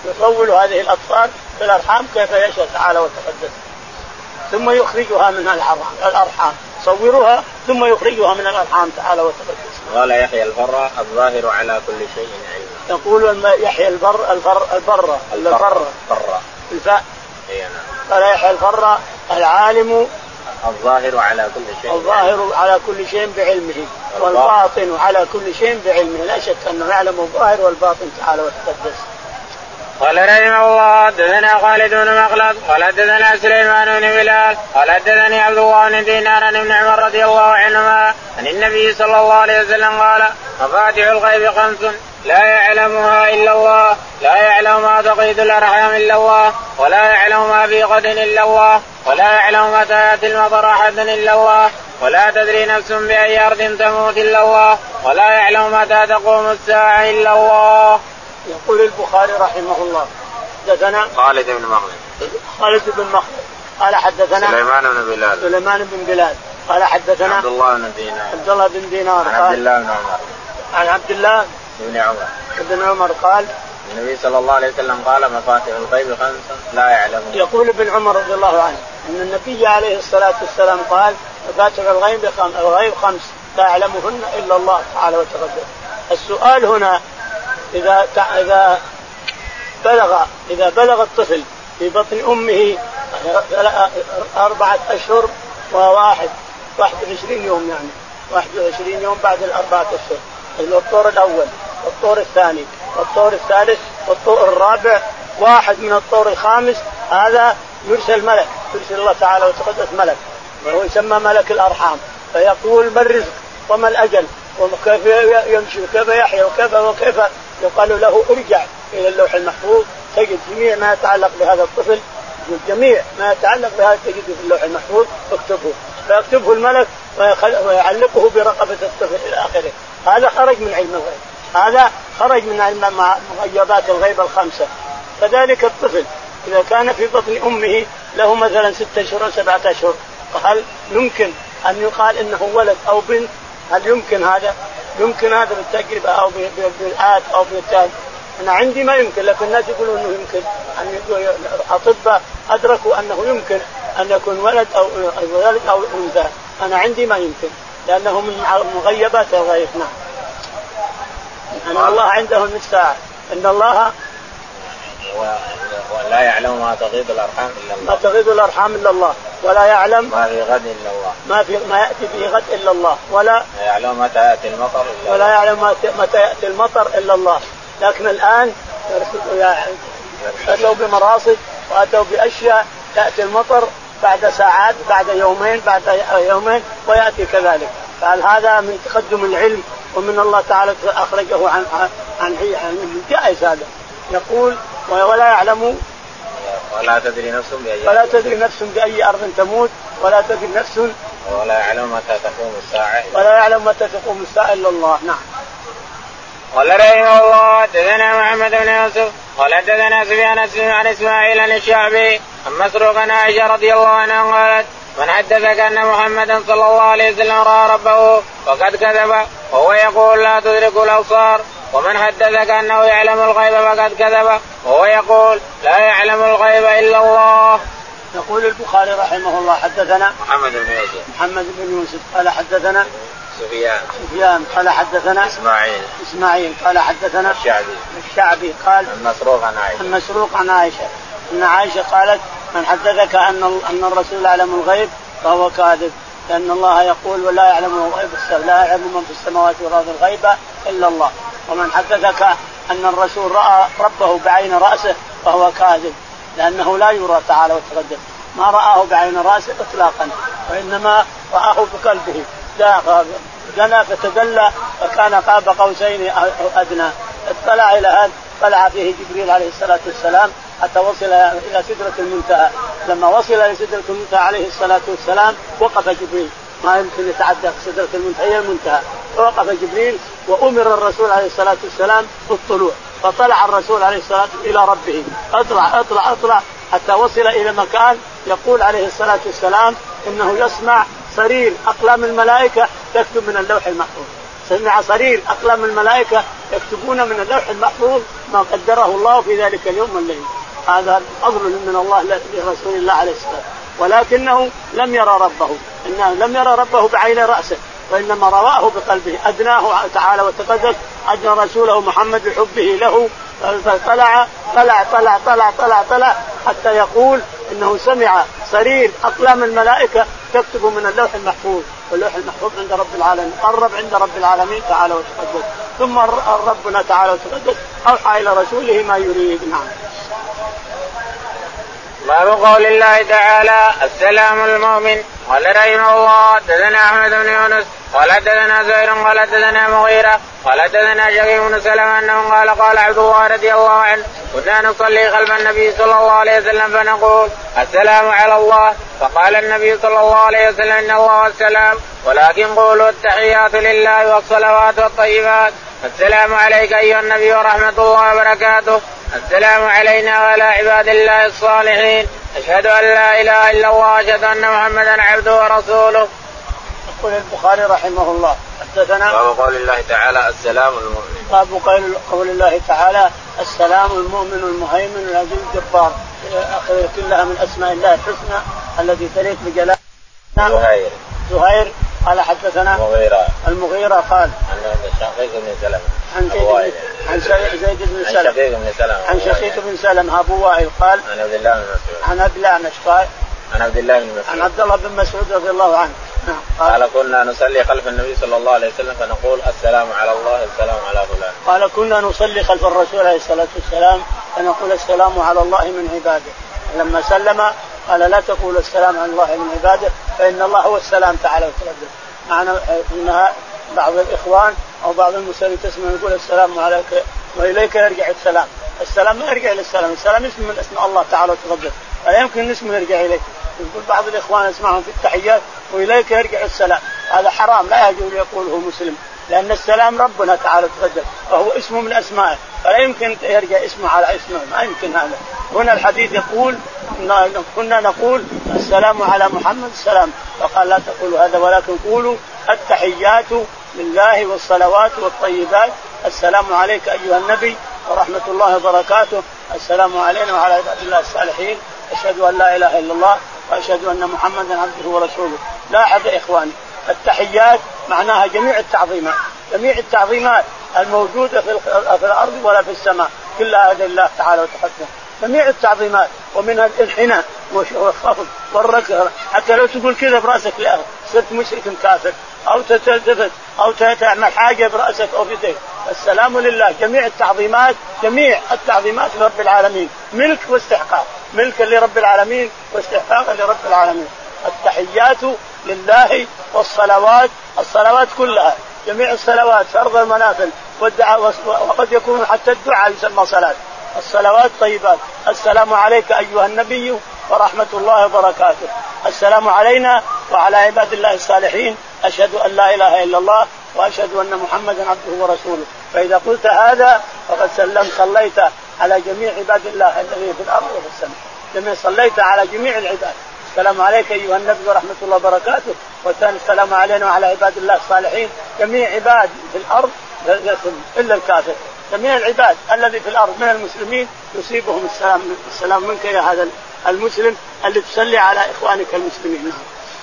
يصور هذه الأطفال في الأرحام كيف يشاء تعالى وتقدس، ثم يخرجها من الأرحام، صورها ثم يخرجها من الأرحام تعالى وتقدس. قال يحيى البر الظاهر على كل شيء علم. يقول يحيى البر البر البر البر الفاء. قال يحيى البر العالم الظاهر على كل شيء الظاهر على كل شيء بعلمه والباطن على كل شيء بعلمه، لا شك أنه يعلم الظاهر والباطن تعالى وتقدس. قال رحمه الله حدثنا خالد بن مخلد قال حدثنا سليمان بن بلال قال حدثني عبد الله بن دينار عن ابن عمر رضي الله عنهما عن النبي صلى الله عليه وسلم قال مفاتيح الغيب خمس لا يعلمها إلا الله، لا يعلم ما تقيد الأرحام إلا الله، ولا يعلم ما في غد إلا الله، ولا يعلم متى يأتي المطر أحد إلا الله، ولا تدري نفس بأي أرض تموت إلا الله، ولا يعلم متى تقوم الساعة إلا الله. يقول البخاري رحمه الله حدثنا خالد بن مخلد خالد بن مخلد قال حدثنا سليمان بن بلال سليمان بن بلال قال حدثنا عبد الله بن دينار عبد الله بن دينار عن عبد الله بن عمر عن عبد الله بن عمر بن عمر قال النبي صلى الله عليه وسلم قال مفاتيح الغيب خمس لا يعلمها. يقول ابن عمر رضي الله عنه ان النبي عليه الصلاة والسلام قال مفاتيح الغيب الغيب خمس لا يعلمهن الا الله تعالى وتقدس. السؤال هنا إذا إذا بلغ إذا بلغ الطفل في بطن أمه أربعة أشهر وواحد واحد وعشرين يوم، يعني واحد وعشرين يوم بعد الأربعة أشهر، الطور الأول والطور الثاني والطور الثالث والطور الرابع، واحد من الطور الخامس هذا يرسل ملك، يرسل الله تعالى وتقدس ملك وهو يسمى ملك الأرحام، فيقول ما الرزق وما الأجل وكيف يمشي وكيف يحيى وكيف وكيف، يقال له ارجع إلى اللوح المحفوظ تجد جميع ما يتعلق بهذا الطفل، جميع ما يتعلق بهذا تجده في اللوح المحفوظ اكتبه، فيكتبه الملك ويعلقه برقبة الطفل إلى آخره. هذا خرج من علم الغيب، هذا خرج من علم مغيبات الغيب الخمسة. كذلك الطفل إذا كان في بطن أمه له مثلا ستة أشهر سبعة أشهر، هل يمكن أن يقال إنه ولد أو بنت؟ هل يمكن هذا؟ يمكن هذا بالتجربة أو بالآت أو بالتالي؟ أنا عندي ما يمكن، لكن الناس يقولون إنه يمكن، أن أطباء أدركوا أنه يمكن أن يكون ولد أو ولد أو أنثى. أنا عندي ما يمكن لأنه من مغيبات الغيب. نعم. أن الله عنده من الساعة، إن الله ولا يعلم ما تغيض الأرحام إلا الله، ما تغيض الأرحام إلا الله، ولا يعلم ما في غد إلا الله، ما في ما يأتي به غد إلا الله، ولا يعلم متى يأتي المطر إلا ولا يعلم متى يأتي المطر إلا الله. لكن الآن أتوا بمراصد وأتوا بأشياء، تأتي المطر بعد ساعات، بعد يومين، بعد يومين ويأتي كذلك. فهل هذا من تقدم العلم ومن الله تعالى أخرجه عن عن عن جائز هذا. يقول ولا يعلم ولا تدري نفس بأي ولا تدري نفس بأي أرض تموت، ولا تدري نفس ولا يعلم متى تقوم الساعة ولا يعلم متى تقوم الساعة إلا الله. نعم. قال رحمه الله حدثنا محمد بن يوسف قال حدثنا سفيان عن إسماعيل عن الشعبي عن مسروق عن عائشة رضي الله عنها قالت من حدثك أن محمدا صلى الله عليه وسلم رأى ربه فقد كذب وهو يقول لا تدرك الأبصار، ومن حدثك أنه يعلم الغيب فقد كذب وهو يقول لا يعلم الغيب إلا الله. يقول البخاري رحمه الله حدثنا محمد بن يوسف محمد بن يوسف قال حدثنا سفيان سفيان قال حدثنا إسماعيل إسماعيل قال حدثنا الشعبي الشعبي قال مسروق عن عائشة مسروق عن عائشة أن عائشة قالت من حدثك أن أن الرسول يعلم الغيب فهو كاذب، لأن الله يقول ولا يعلم الغيب، لا يعلم من في السماوات والأرض الغيب إلا الله. ومن حدثك أن الرسول رأى ربه بعين رأسه فهو كاذب، لأنه لا يرى تعالى وتقدس، ما رآه بعين رأسه إطلاقا، وإنما رآه بقلبه، جنى فتدلى فكان قاب قوسين أو أدنى. اطلع إلى هذا طلع فيه جبريل عليه الصلاة والسلام حتى وصل إلى سدرة المنتهى. لما وصل إلى سدرة المنتهى عليه الصلاة والسلام وقف جبريل، ما يمكن يتعدى سدرة المنتهى هي المنتهى، فوقف جبريل وأمر الرسول عليه الصلاة والسلام بالطلوع، فطلع الرسول عليه الصلاة والسلام إلى ربه، أطلع أطلع أطلع حتى وصل إلى مكان يقول عليه الصلاة والسلام إنه يسمع صرير أقلام الملائكة تكتب من اللوح المحفوظ، سمع صرير أقلام الملائكة يكتبون من اللوح المحفوظ ما قدره الله في ذلك اليوم والليل. هذا فضل من الله لرسول الله عليه السلام، ولكنه لم يرى ربه، إنه لم يرى ربه بعين رأسه، وإنما رواه بقلبه، أدناه تعالى وتقدس، أدنى رسوله محمد بحبه له، فطلع طلع طلع طلع طلع طلع حتى يقول إنه سمع صرير أقلام الملائكة تكتب من اللوح المحفوظ، واللوح المحفوظ عند رب العالمين، قرب عند رب العالمين تعالى وتقدس، ثم ربنا تعالى وتقدس أوحى إلى رسوله ما يريد. نعم. باب قول الله تعالى السلام المؤمن. قال رحمه الله حدثنا احمد بن يونس قال حدثنا زهير قال حدثنا مغيرة قال حدثنا شقيق بن سلمة انه قال قال عبد الله رضي الله عنه كنا نصلي خلف النبي صلى الله عليه وسلم فنقول السلام على الله، فقال النبي صلى الله عليه وسلم ان الله السلام، ولكن قولوا التحيات لله والصلوات والطيبات، السلام عليك ايها النبي ورحمة الله وبركاته، السلام علينا وعلى عباد الله الصالحين، أشهد أن لا إله إلا الله، أشهد أن محمدا عبده ورسوله. يقول البخاري رحمه الله حدثنا باب قول الله تعالى السلام المؤمن. باب قول الله تعالى السلام المؤمن المهيمن العزيز الجبار، كلها من أسماء الله الحسنى التي تليق بجلاله. زهير زهير قال حدثنا المغيرة المغيرة قال عن شقيق بن سلمة عن عن زيد بن سلمة عن شقيق بن سلمة عن شقيق بن سلمة أبو وائل قال عن عبد الله بن مسعود عن عبد الله قال عن عبد الله بن مسعود عن عبد الله بن مسعود رضي الله عنه قال كنا نصلي خلف النبي صلى الله عليه وسلم فنقول السلام على الله السلام على فلان. قال كنا نصلي خلف الرسول عليه الصلاة والسلام فنقول السلام على الله من عباده، لما سلم قال لا تقول السلام على الله من عباده فإن الله هو السلام تعالى وتقدس. معنى انها بعض الاخوان او بعض المسلمين تسمع يقول السلام عليك واليك يرجع السلام، السلام ما يرجع للسلام، السلام اسم من اسماء الله تعالى وتقدس، فلا يمكن اسمه يرجع اليك. يقول بعض الاخوان اسمعهم في التحيات واليك يرجع السلام، هذا حرام لا يجوز يقوله مسلم، لان السلام ربنا تعالى وتقدس وهو اسمه من اسمائه، فلا يمكن يرجع اسمه على اسمه، ما يمكن هذا. هنا الحديث يقول كنا نقول السلام على محمد السلام، فقال لا تقولوا هذا ولكن قولوا التحيات لله والصلوات والطيبات، السلام عليك أيها النبي ورحمة الله وبركاته، السلام علينا وعلى عباد الله الصالحين، أشهد أن لا إله إلا الله وأشهد أن محمدا عبده ورسوله. لا أحد إخواني، التحيات معناها جميع التعظيمات، جميع التعظيمات الموجودة في الأرض ولا في السماء كلها لله تعالى وتقدم، جميع التعظيمات، ومنها الانحناء والخفض والركع، حتى لو تقول كذا برأسك لا صرت مشرك كافر، أو تتلتفت أو تعمل حاجة برأسك أو بيدك. السلام لله، جميع التعظيمات، جميع التعظيمات لرب العالمين، ملك واستحقاق، ملك لرب العالمين واستحقاق لرب العالمين. التحيات لله والصلوات، الصلوات كلها، جميع الصلوات فرض المنافل والدعاء، وقد يكون حتى الدعاء يسمى صلاة. الصلوات طيبات، السلام عليك أيها النبي ورحمة الله وبركاته، السلام علينا وعلى عباد الله الصالحين، أشهد أن لا إله إلا الله وأشهد أن محمدا عبده ورسوله. فإذا قلت هذا فقد سلم صليت على جميع عباد الله الذين في الأرض وفي السماء، جميع صليت على جميع العباد. السلام عليك أيها النبي ورحمة الله وبركاته، والثاني السلام علينا وعلى عباد الله الصالحين، جميع عباد في الأرض إلا الكافر، جميع العباد الذي في الأرض من المسلمين يصيبهم السلام السلام منك يا هذا المسلم اللي تصلي على إخوانك المسلمين.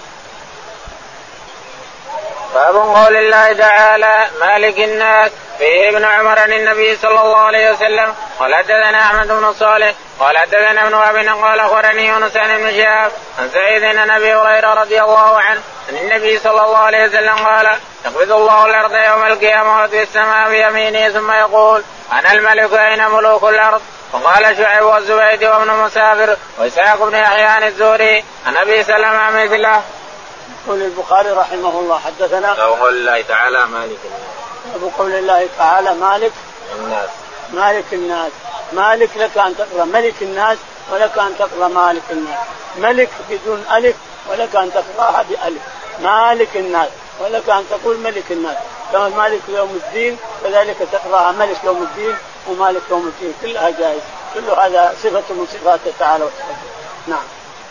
باب قول الله تعالى مالك الناس فيه ابن عمر عن النبي صلى الله عليه وسلم قال حدثنا أحمد بن صالح قال حدثنا ابن وهب قال أخبرني يونس عن ابن شهاب عن سعيد بن أبي هريرة رضي الله عنه عن النبي صلى الله عليه وسلم قال يقبض الله الأرض يوم القيامة وفي السماء بيمينه ثم يقول أنا الملك أين ملوك الأرض؟ وقال شعيب والزبيد وابن مسافر وإسحاق بن يحيى عن الزهري عن أبي سلمة مثله. يقول البخاري رحمه الله حدثنا قول الله تعالى مالك الناس. قول الله تعالى مالك الناس، مالك الناس، مالك لك أن تقرأ ملك الناس ولك أن تقرأ مالك الناس، ملك بدون ألف ولك أن تقرأها بألف، مالك الناس ولك أن تقول ملك الناس، كما مالك يوم الدين كذلك تقرأها ملك يوم الدين ومالك يوم الدين، كلها جائز، كل هذا صفة من صفاته تعالى وتقدم. نعم.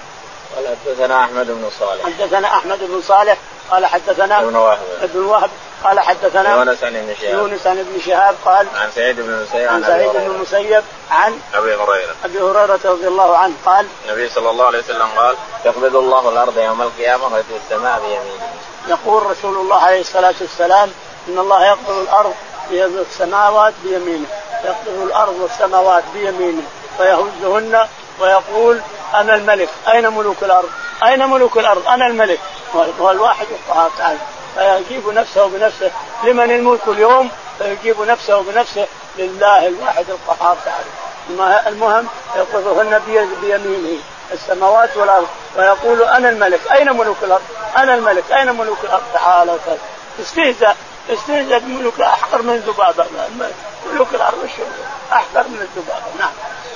قال حدثنا أحمد بن صالح حدثنا أحمد بن صالح قال حدثنا ابن وهب ابن وهب قال حدثنا يونس عن ابن شهاب يونس عن ابن شهاب قال عن سعيد بن المسيب عن سعيد بن المسيب عن ابي هريره ابي هريره رضي الله عنه قال النبي صلى الله عليه وسلم قال يقبض الله الارض يوم القيامه ويأتي السماء بيمينه. يقول رسول الله عليه الصلاه والسلام ان الله يقبض الارض والسماوات بيمينه، يقبض الارض والسماوات بيمينه فيهزهن ويقول انا الملك، اين ملوك الارض؟ اين ملوك الارض؟ انا الملك. هو الواحد القهار تعالى، فيجيب نفسه بنفسه لمن الملك اليوم؟ فيجيب نفسه بنفسه لله الواحد القهار تعالى. المهم يقبضهن بيمينه السماوات والارض ويقول انا الملك، اين ملوك الارض؟ انا الملك، اين ملوك الارض؟ تعالى وتعالى. استهزأ استهزأ بملوك احقر من الذبابه، ملوك الارض احقر من الذبابه. نعم.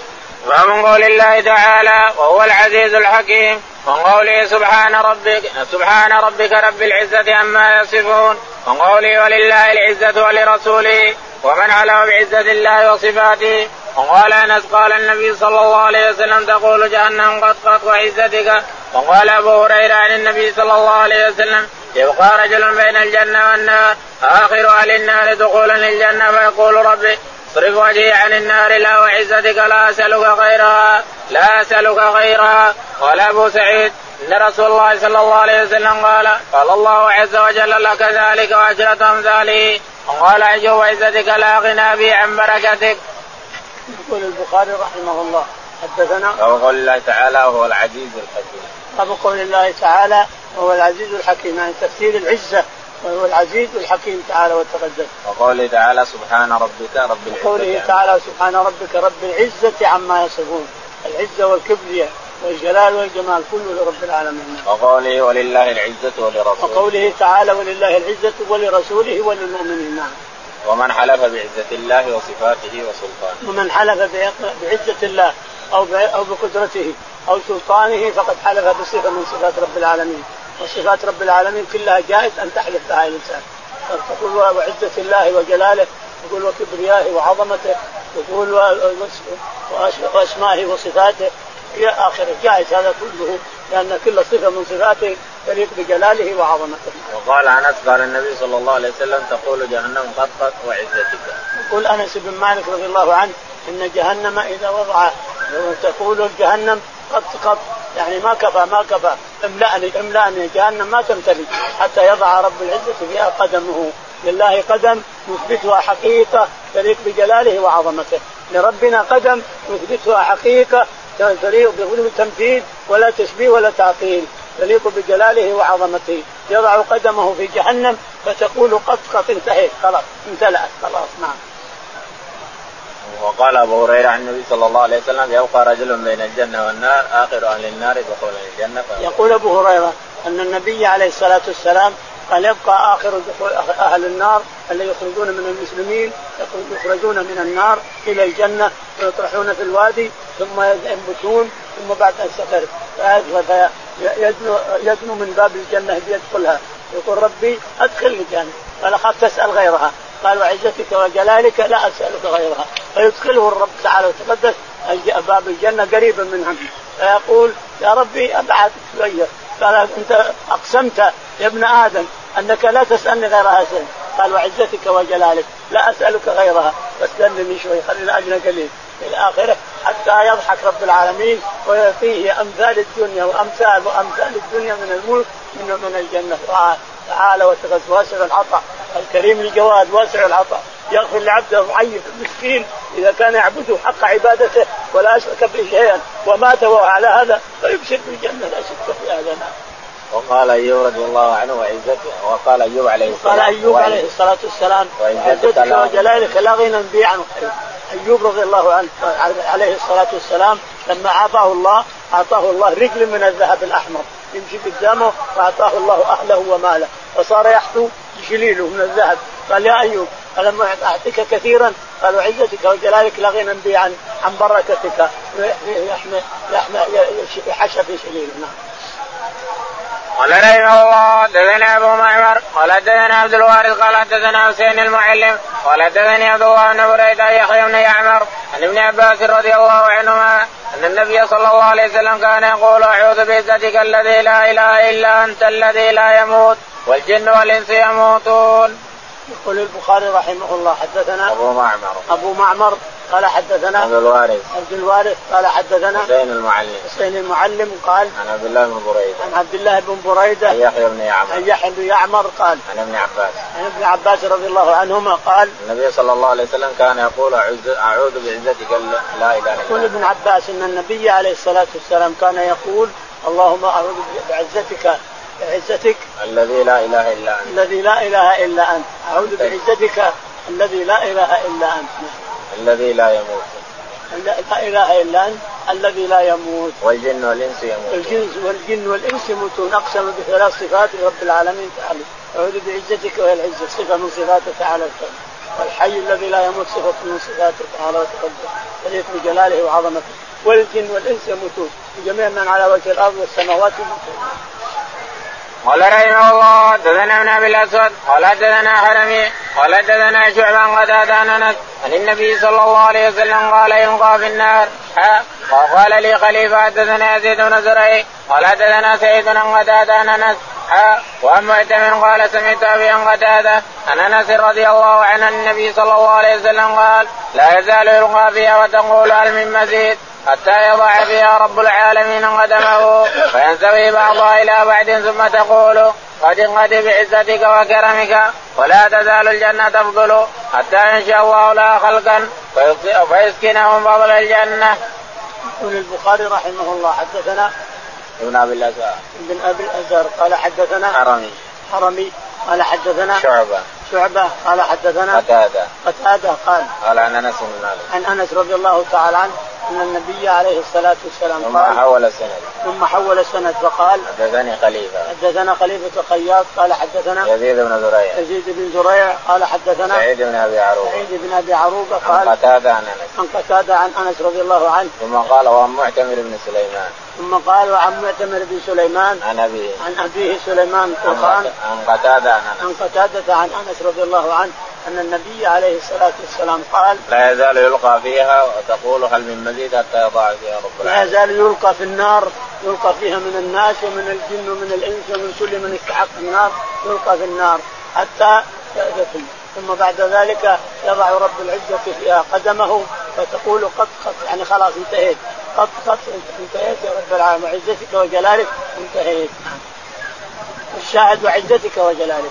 ومن قول الله تعالى وهو العزيز الحكيم، ومن قوله سبحان ربك سبحان ربك رب العزة عما يصفون، ومن قوله ولله العزة ولرسوله ومن على بعزة الله وصفاته. وقال أنس قال النبي صلى الله عليه وسلم تقول جهنم قد قد وعزتك. وقال أبو هريرة عن النبي صلى الله عليه وسلم يبقى رجل بين الجنة والنار آخر أهل النار دخولا للجنة فيقول ربي اصرف وجهي عن النار لا وعزتك لا أسألك غيرها لا أسألك غيرها. قال أبو سعيد إن رسول الله صلى الله عليه وسلم قال قال الله عز وجل لك ذلك وعشرة أمثاله. وقال أيوب وعزتك لا غنى بي عن بركتك. يقول البخاري رحمه الله حدثنا وقول الله تعالى وهو العزيز الحكيم. وقول الله تعالى وهو العزيز الحكيم، يعني تفسير العزة وهو العزيز الحكيم تعالى وتقدم. وقوله تعالى سبحان ربك رب العزة. وقوله تعالى سبحان ربك رب العزة عما يصفون، العزة والكبرياء والجلال والجمال كله لرب العالمين. وقوله ولله العزة ولرسوله. وقوله تعالى ولله العزة ولرسوله وللمؤمنين. نعم. ومن حلف بعزة الله وصفاته وسلطانه. ومن حلف بعزة الله أو أو بقدرته أو سلطانه فقد حلف بصفة من صفات رب العالمين، وصفات رب العالمين كلها جائز أن تحلف بها الإنسان، تقول وعزة الله وجلاله، تقول وكبريائه وعظمته، تقول وأسمائه وصفاته إلى آخره، جائز هذا كله لأن كل صفة من صفاته تليق بجلاله وعظمته. وقال أنس قال النبي صلى الله عليه وسلم تقول جهنم قد قد وعزتك. يقول أنس بن مالك رضي الله عنه إن جهنم إذا وضع تقول جهنم قد قد يعني ما كفى ما كفى املأني املأني، جهنم ما تمتلي حتى يضع رب العزة فيها قدمه. لله قدم يثبتها حقيقة تليق بجلاله وعظمته، لربنا قدم يثبتها حقيقة تليق بالتمثيل ولا تشبيه ولا تعطيل، تليق بجلاله وعظمته. يضع قدمه في جهنم فتقول قد قد انتهيت خلاص امتلأت خلاص. نعم. وقال أبو هريرة عن النبي صلى الله عليه وسلم يبقى رجل بين الجنة والنار آخر أهل النار دخولا الجنة. يقول أبو هريرة أن النبي عليه الصلاة والسلام قال يبقى آخر أهل النار اللي يخرجون من المسلمين يخرجون من النار إلى الجنة ويطرحون في الوادي ثم ينبتون ثم بعد أن سفر يدنو من باب الجنة ليدخلها يقول ربي أدخل الجنة ولا خاف تسأل غيرها، قال وعزتك وجلالك لا أسألك غيرها، فيدخله الرب تعالى وتقدس باب الجنة قريبا منهم فيقول يا ربي أبعد شوية، قال أنت أقسمت يا ابن آدم أنك لا تسألني غيرها شيء، قال وعزتك وجلالك لا أسألك غيرها فاستنني شوي خلينا أجل قليل إلى آخره حتى يضحك رب العالمين ويعطيه أمثال الدنيا وأمثال وأمثال الدنيا من الملك من من الجنة. تعالى وتقدس واسع العطاء الكريم الجواد واسع العطاء، يغفر لعبده الضعيف المسكين إذا كان يعبده حق عبادته ولا أشرك به شيئا ومات على هذا فيبشر بالجنة لا شك في هذا. وقال أيوب رضي الله عنه وعزته وقال أيوب عليه السلام قال أيوب عليه الصلاة والسلام وعزتك وجلالك لا غنى بي عنه. أيوب رضي الله عنه عليه الصلاة والسلام لما أعطاه الله أعطاه الله رجل من الذهب الأحمر يمشي قدامه فأعطاه الله أهله وماله فصار يحثو جليله من الذهب. قال يا أيوب ألم أعطيك كثيرا؟ قال وعزتك وجلالك لا غنى بي عن عن بركتك يحمى يحمى يحشى في شليله. نعم. قال رحمه الله حدثنا أبو معمر قال حدثنا عبد الوارث قال حدثنا حسين المعلم قال حدثني عبد الله بن بريدة يحيى بن يعمر عن ابن عباس رضي الله عنهما أن النبي صلى الله عليه وسلم كان يقول أعوذ بعزتك الذي لا إله إلا أنت الذي لا يموت والجن والإنس يموتون. يقول البخاري رحمه الله حدثنا أبو معمر أبو معمر قال حدثنا عبد الوارث عبد الوارث قال حدثنا حسين المعلم حسين المعلم قال عن عبد الله بن بريدة عن عبد الله بن بريدة عن يحيى بن يعمر عن يحيى بن يعمر قال عن ابن عباس عن ابن عباس رضي الله عنهما قال النبي صلى الله عليه وسلم كان يقول أعوذ بعزتك لا إله إلا أنت. يقول ابن عباس أن النبي عليه الصلاة والسلام كان يقول اللهم أعوذ بعزتك بعزتك الذي لا إله إلا أنت الذي لا إله إلا أنت أعوذ بعزتك الذي لا إله إلا أنت الذي لا يموت لا إله إلا أنت الذي لا يموت والجن والإنس يموت الجنس والجن والإنس يموتون. أقسم بثلاث صفات رب العالمين تعالى أعوذ بعزتك وهي العزة صفة من صفاته تعالى والحي الذي لا يموت صفة من صفاته تعالى وتقدس وليت بجلاله وعظمته والجن والإنس يموتون جميع من على وجه الأرض والسماوات يموتون. قال رحمه الله حدثنا ابن ابي الاسود قال حدثنا حرمي قال حدثنا شعبان قتادة عن انس عن النبي صلى الله عليه وسلم قال يلقى في النار وقال لي خليفه حدثنا يزيد بن زريع قال حدثنا سعيد بن قتادة عن انس وعن معتمر قال سمعت ابي عن قتادة عن انس رضي الله عنه النبي صلى الله عليه وسلم قال لا يزال يلقى فيها وتقول هل من مزيد حتى يضع فيها رب العالمين قدمه فينزوي بعضها إلى بعد ثم تقول قد قد بعزتك وكرمك ولا تزال الجنة تفضل حتى إن شاء الله لا خلقا فيسكنهم فضل الجنة. يقول البخاري رحمه الله حدثنا ابن أبي الأزهر ابن أبي الأزهر قال حدثنا حرمي حرمي قال حدثنا شعبة شعبة قال حدثنا قتادة قتادة قال قال عن أنس بن مالك عن أنس رضي الله تعالى عنه أن النبي عليه الصلاة والسلام ثم قال حول السند ثم حول السند فقال حدثني خليفة حدثنا خليفة خياط قال حدثنا يزيد بن زريع يزيد بن زريع قال حدثنا سعيد بن أبي عروبة سعيد بن أبي عروبة قال عن قتادة عن أنس عن قتادة عن أنس رضي الله عنه ثم قال وعن معتمر بن سليمان ثم قال وعن معتمر بن سليمان عن أبيه عن أبيه سليمان قال عن قتادة عن أنس عن قتادة عن أنس رضي الله عنه أن النبي عليه الصلاة والسلام قال لا يزال يلقى فيها وتقول هل من مزيد حتى يضع فيها رب العالمين. لا يزال يلقى في النار يلقى فيها من الناس ومن الجن ومن الإنس ومن كل من استحق النار يلقى في النار حتى يدخل ثم بعد ذلك يضع رب العزة فيها قدمه فتقول قد قد يعني خلاص انتهيت قد قد انتهيت يا رب العالمين وعزتك وجلالك انتهيت. الشاهد وعزتك وجلالك.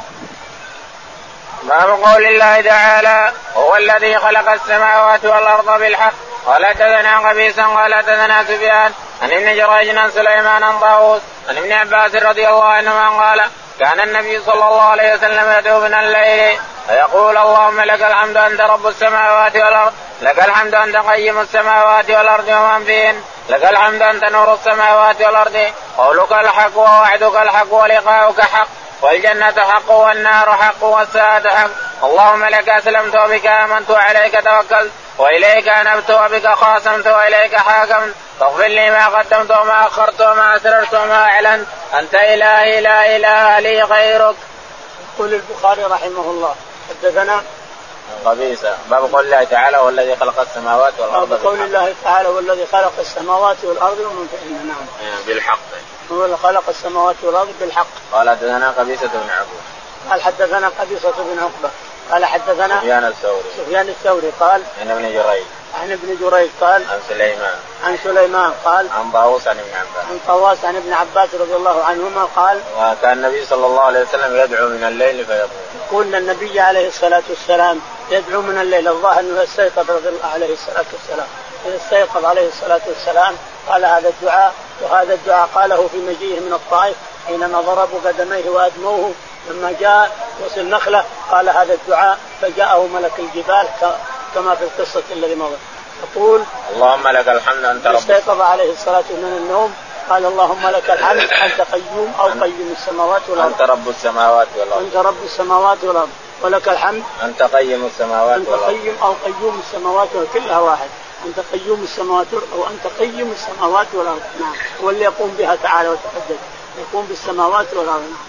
باب قول الله تعالى هو الذي خلق السماوات والأرض بالحق قال حدثنا قبيصا قال حدثنا سفيان عن ابن جريج عن سليمان عن طاووس عن ابن عباس رضي الله عنهما قال كان النبي صلى الله عليه وسلم يدعو من الليل فيقول اللهم لك الحمد أنت رب السماوات والأرض لك الحمد أنت قيم السماوات والأرض ومن فيهن لك الحمد أنت نور السماوات والأرض قولك الحق ووعدك الحق ولقاؤك حق والجنة حق والنار حق والساعة حق اللهم لك أسلمت وبك آمنت وعليك توكلت وإليك أنبت وبك خاصمت وإليك حاكمت فاغفر لي ما قدمت وما أخرت وما أسررت وما أعلنت أنت إلهي لا إله لي غيرك. يقول البخاري رحمه الله حدثنا قبيصة باب قول الله تعالى هو الذي خلق السماوات والأرض باب قول الله تعالى هو الذي خلق السماوات والأرض ومن فيهن نعم بالحق هو الذي خلق السماوات والأرض بالحق. قال حدثنا قبيصة بن عقبة قال حدثنا قبيصة بن عقبة قال حدثنا سفيان الثوري سفيان الثوري قال عن ابن جريج عن ابن جريج قال عن سليمان عن سليمان قال عن طاووس عن ابن عباس عن طاووس عن ابن عباس رضي الله عنهما قال وكان النبي صلى الله عليه وسلم يدعو من الليل فيقول يقول النبي عليه الصلاة والسلام يدعو من الليل الظاهر أنه استيقظ رضي الله عليه الصلاة والسلام إذا استيقظ عليه الصلاة والسلام قال هذا الدعاء وهذا الدعاء قاله في مجيئه من الطائف حينما ضربوا قدميه وأدموه لما جاء وصل نخلة قال هذا الدعاء فجاءه ملك الجبال كما في القصة الذي مضت يقول اللهم لك الحمد أنت رب استيقظ عليه الصلاة من النوم قال اللهم لك الحمد أنت قيوم أو قيم السماوات والأرض أنت رب السماوات والأرض أنت رب السماوات والأرض ولك الحمد أنت قيم السماوات أنت والأرض قيم أو قيوم السماوات والأرض كلها واحد أنت قيوم السماوات أو أنت قيم السماوات والأرض نعم هو اللي يقوم بها تعالى وتقدس يقوم بالسماوات والأرض.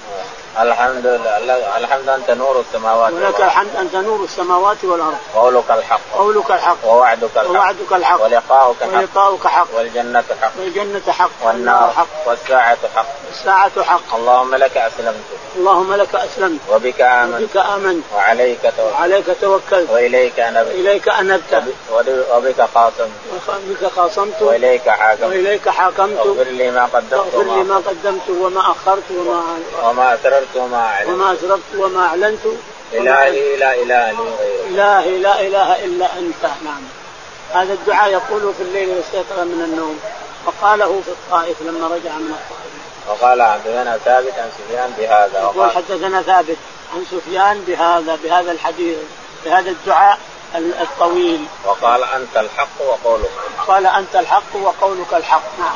الحمد لله الحمد أنت نور السماوات والأرض ولك الحمد أنت نور السماوات والأرض قولك الحق قولك الحق ووعدك الحق, ووعدك الحق ولقاؤك حق, ولقاؤك حق والجنة حق, والجنة حق والنار حق, والساعة حق, الساعة حق. اللهم لك أسلمت اللهم لك أسلمت وبك آمنت, وبك آمنت وعليك توكلت, وعليك توكلت وإليك أنبت, إليك أنبت, وبك خاصمت, وبك خاصمت, وإليك حاكمت, وإليك حاكمت. اغفر لي ما قدمت اغفر لي ما قدمت وما أخرت وما وما أسررت وما أعلنت وما أسررت وما أعلنت. إلهي لا إله إلا إلهي لا إله إلا أنت. نعم. هذا الدعاء يقوله في الليل واستيقظ من النوم، وقاله في الطائف لما رجع من الطائف. وقال حدثنا ثابت عن سفيان بهذا. وقال حدثنا ثابت عن سفيان بهذا بهذا الحديث بهذا الدعاء الطويل. وقال أنت الحق وقولك. قال أنت الحق وقولك الحق. نعم.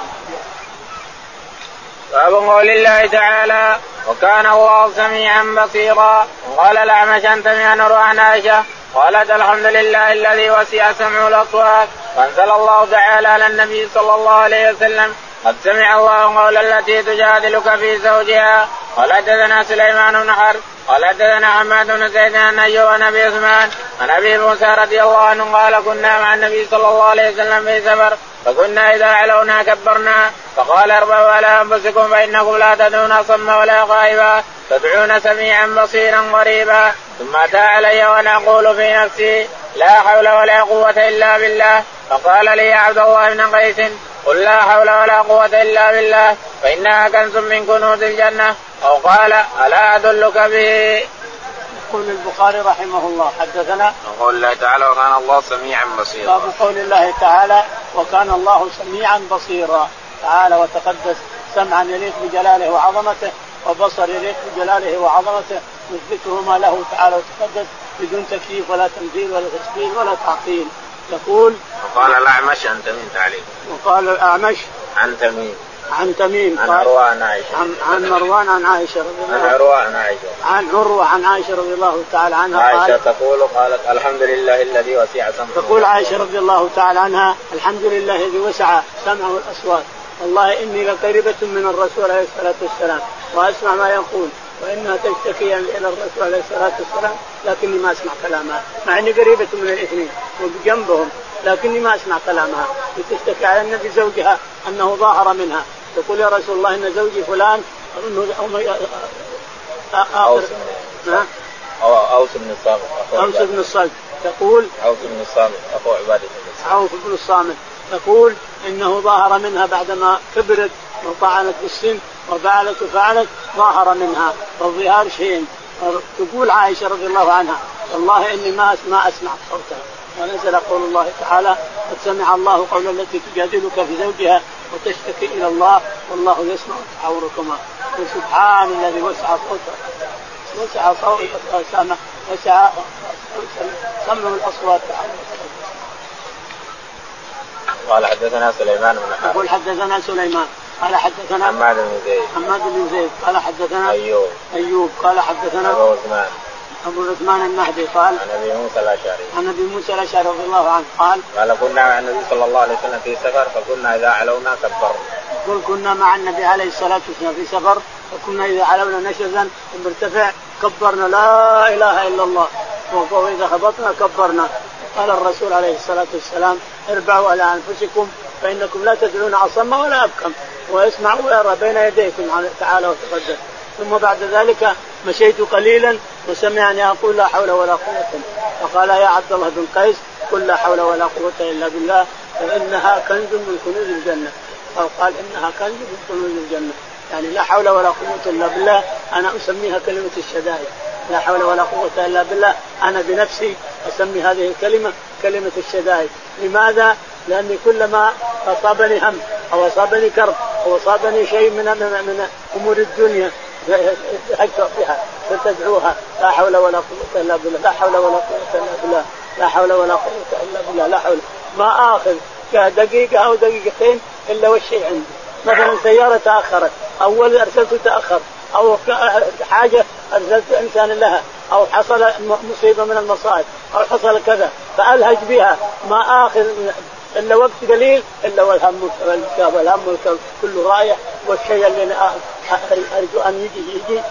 باب قول الله تعالى وكان الله سميعا بصيرا. قال الأعمش عن تميم عن عائشة قالت الحمد لله الذي وسع سمع الأصوات. فانزل الله تعالى على النبي صلى الله عليه وسلم قد سمع الله قول التي تجادلك في زوجها. قال حدثنا سليمان بن حرب قال حدثنا حماد بن زيد عن أيوب عن أبي عثمان عن أبي موسى رضي الله عنه قال كنا مع النبي صلى الله عليه وسلم في سفر فكنا إذا علونا كبرنا فقال اربعوا على أنفسكم فإنكم لا تدعون صم ولا غائبا تدعون سميعا بصيرا قريبا. ثم أتى علي وأنا أقول في نفسي لا حول ولا قوة إلا بالله. فقال لي يا عبد الله بن قيس قل لا حول ولا قوة إلا بالله فإنها كنز من كنوز الجنة. أو قال ألا أدلك به. يقول البخاري رحمه الله حدثنا قول الله تعالى وكان الله سميعا بصيرا. باب قول الله تعالى وكان الله سميعا بصيرا. تعالى وتقدس سمعا يليق بجلاله وعظمته وبصر يليق بجلاله وعظمته نثبتهما له تعالى وتقدس بدون تكييف ولا تمثيل ولا تشبيه ولا تعطيل. يقول وقال الأعمش عن تميم تعليق. وقال الأعمش عن تميم عن تميم عن عروة عن عائشة عن, عن مروان عن عائشة رضي الله عن عروة عن عائشة عن عروة عن عائشة رضي الله تعالى عنها. عائشة تقول قالت الحمد لله الذي وسع سمعه. تقول عائشة رضي الله تعالى عنها الحمد لله الذي وسع سمعه الأصوات. والله إني لقريبة من الرسول عليه الصلاة والسلام وأسمع ما يقول وإنها تشتكي إلى الرسول عليه الصلاة والسلام لكني ما أسمع كلامها مع إني قريبة من الاثنين وبجنبهم لكني ما أسمع كلامها. وتشتكي على النبي زوجها أنه ظاهر منها تقول يا رسول الله إن زوجي فلان أوس بن الصامت أوس بن الصامت تقول أوس بن الصامت أخو عبادة بن الصامت عوف بن الصامت تقول إنه ظاهر منها بعدما كبرت وطعنت بالسن وفعلت وفعلت ظاهر منها والظهار شيء. تقول عائشة رضي الله عنها والله إني ما أسمع أسمع صوتها. ونزل قول الله تعالى قد سمع الله قول التي تجادلك في زوجها وتشتكي إلى الله والله يسمع تحاوركما. وسبحان الذي وسع صوته وسع صوته سمع وسع سمع الأصوات. قال حدثنا سليمان بن حرب يقول حدثنا سليمان قال حدثنا حماد بن زيد حماد بن زيد قال حدثنا أيوب أيوب قال حدثنا أبو عثمان أبو عثمان النهدي قال عن أبي موسى الأشعري عن أبي موسى الأشعري رضي الله عنه قال قال كنا مع النبي صلى الله عليه وسلم في سفر فكنا إذا علونا كبرنا. يقول كنا مع النبي عليه الصلاة والسلام في سفر فكنا إذا علونا نشزا ومرتفع كبرنا لا إله إلا الله وإذا هبطنا كبرنا. قال الرسول عليه الصلاة والسلام اربعوا على أنفسكم فإنكم لا تدعون أصم ولا أبكم ويسمع ويرى بين يديكم تعالى وتقدس. ثم بعد ذلك مشيت قليلا وسمعني أقول لا حول ولا قوة. فقال يا عبد الله بن قيس قل لا حول ولا قوة إلا بالله فإنها كنز من كنوز الجنة. أو قال إنها كنز من كنوز الجنة يعني لا حول ولا قوة إلا بالله أنا أسميها كلمة الشدائد. لا حول ولا قوة إلا بالله أنا بنفسي أسمي هذه الكلمة كلمة الشدائد. لماذا؟ لأني كلما أصابني هم أو أصابني كرب أو أصابني شيء من من أمور الدنيا أكثر بها فتدعوها لا حول ولا قوة إلا بالله لا حول ولا قوة إلا بالله لا حول ولا قوة إلا بالله لا حول ما آخذ دقيقة أو دقيقتين إلا والشيء عندي. مثلا سيارة تأخرت أول أرسلت تأخر أو حاجة أرسلت إنسان لها أو حصل مصيبة من المصائب أو حصل كذا فألهج بها ما آخذ إلا وقت قليل إلا والهم والكاب والهم والكاب كله رايح والشيء اللي أرجو أن يجي يجي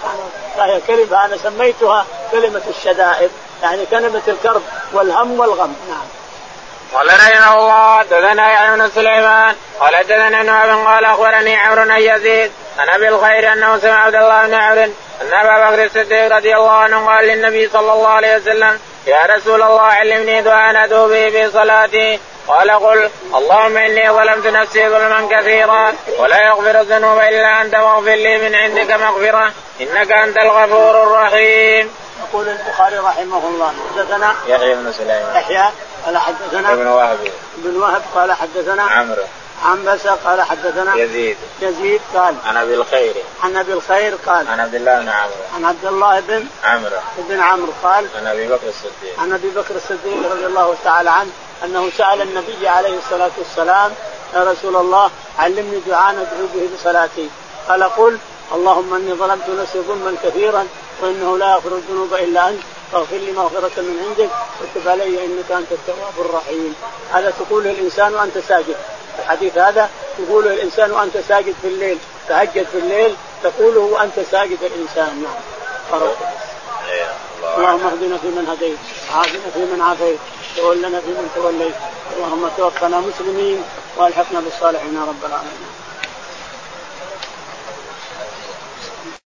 فهي كلمة أنا سميتها كلمة الشدائد، يعني كلمة الكرب والهم والغم. نعم. قال رحمه الله حدثنا يحيى بن سليمان قال حدثنا نواب قال اخبرني عمرو بن يزيد عن ابي الخير انه سمع عبد الله بن عمرو ان ابا بكر الصديق رضي الله عنه قال للنبي صلى الله عليه وسلم يا رسول الله علمني دعاء ادعو به في صلاتي قال قل اللهم اني ظلمت نفسي ظلما كثيرا ولا يغفر الذنوب الا انت واغفر لي من عندك مغفرة انك انت الغفور الرحيم. يقول البخاري رحمه الله حدثنا يحيى بن سليمان يحيى قال حدثنا ابن وهب ابن وهب قال حدثنا عمرو عن بسا قال حدثنا يزيد يزيد قال عن ابي الخير عن ابي الخير قال عن عبد الله بن عمرو عن عبد الله بن عمرو بن عمرو قال عن ابي بكر الصديق عن ابي بكر الصديق رضي الله تعالى عنه انه سأل النبي عليه الصلاة والسلام يا رسول الله علمني دعاء ادعو به بصلاتي قال قل اللهم اني ظلمت نفسي ظلما كثيرا وانه لا يغفر الذنوب الا انت فاغفر لي مغفرة من عندك وتب علي انك انت التواب الرحيم. هذا تقوله الانسان وانت ساجد، الحديث هذا تقوله الانسان وانت ساجد في الليل، تهجد في الليل تقوله وانت ساجد الانسان. نعم. اللهم اهدنا فيمن هديت وعافنا فيمن عافيت تولنا فيمن توليت اللهم توفنا مسلمين والحقنا بالصالحين يا رب العالمين.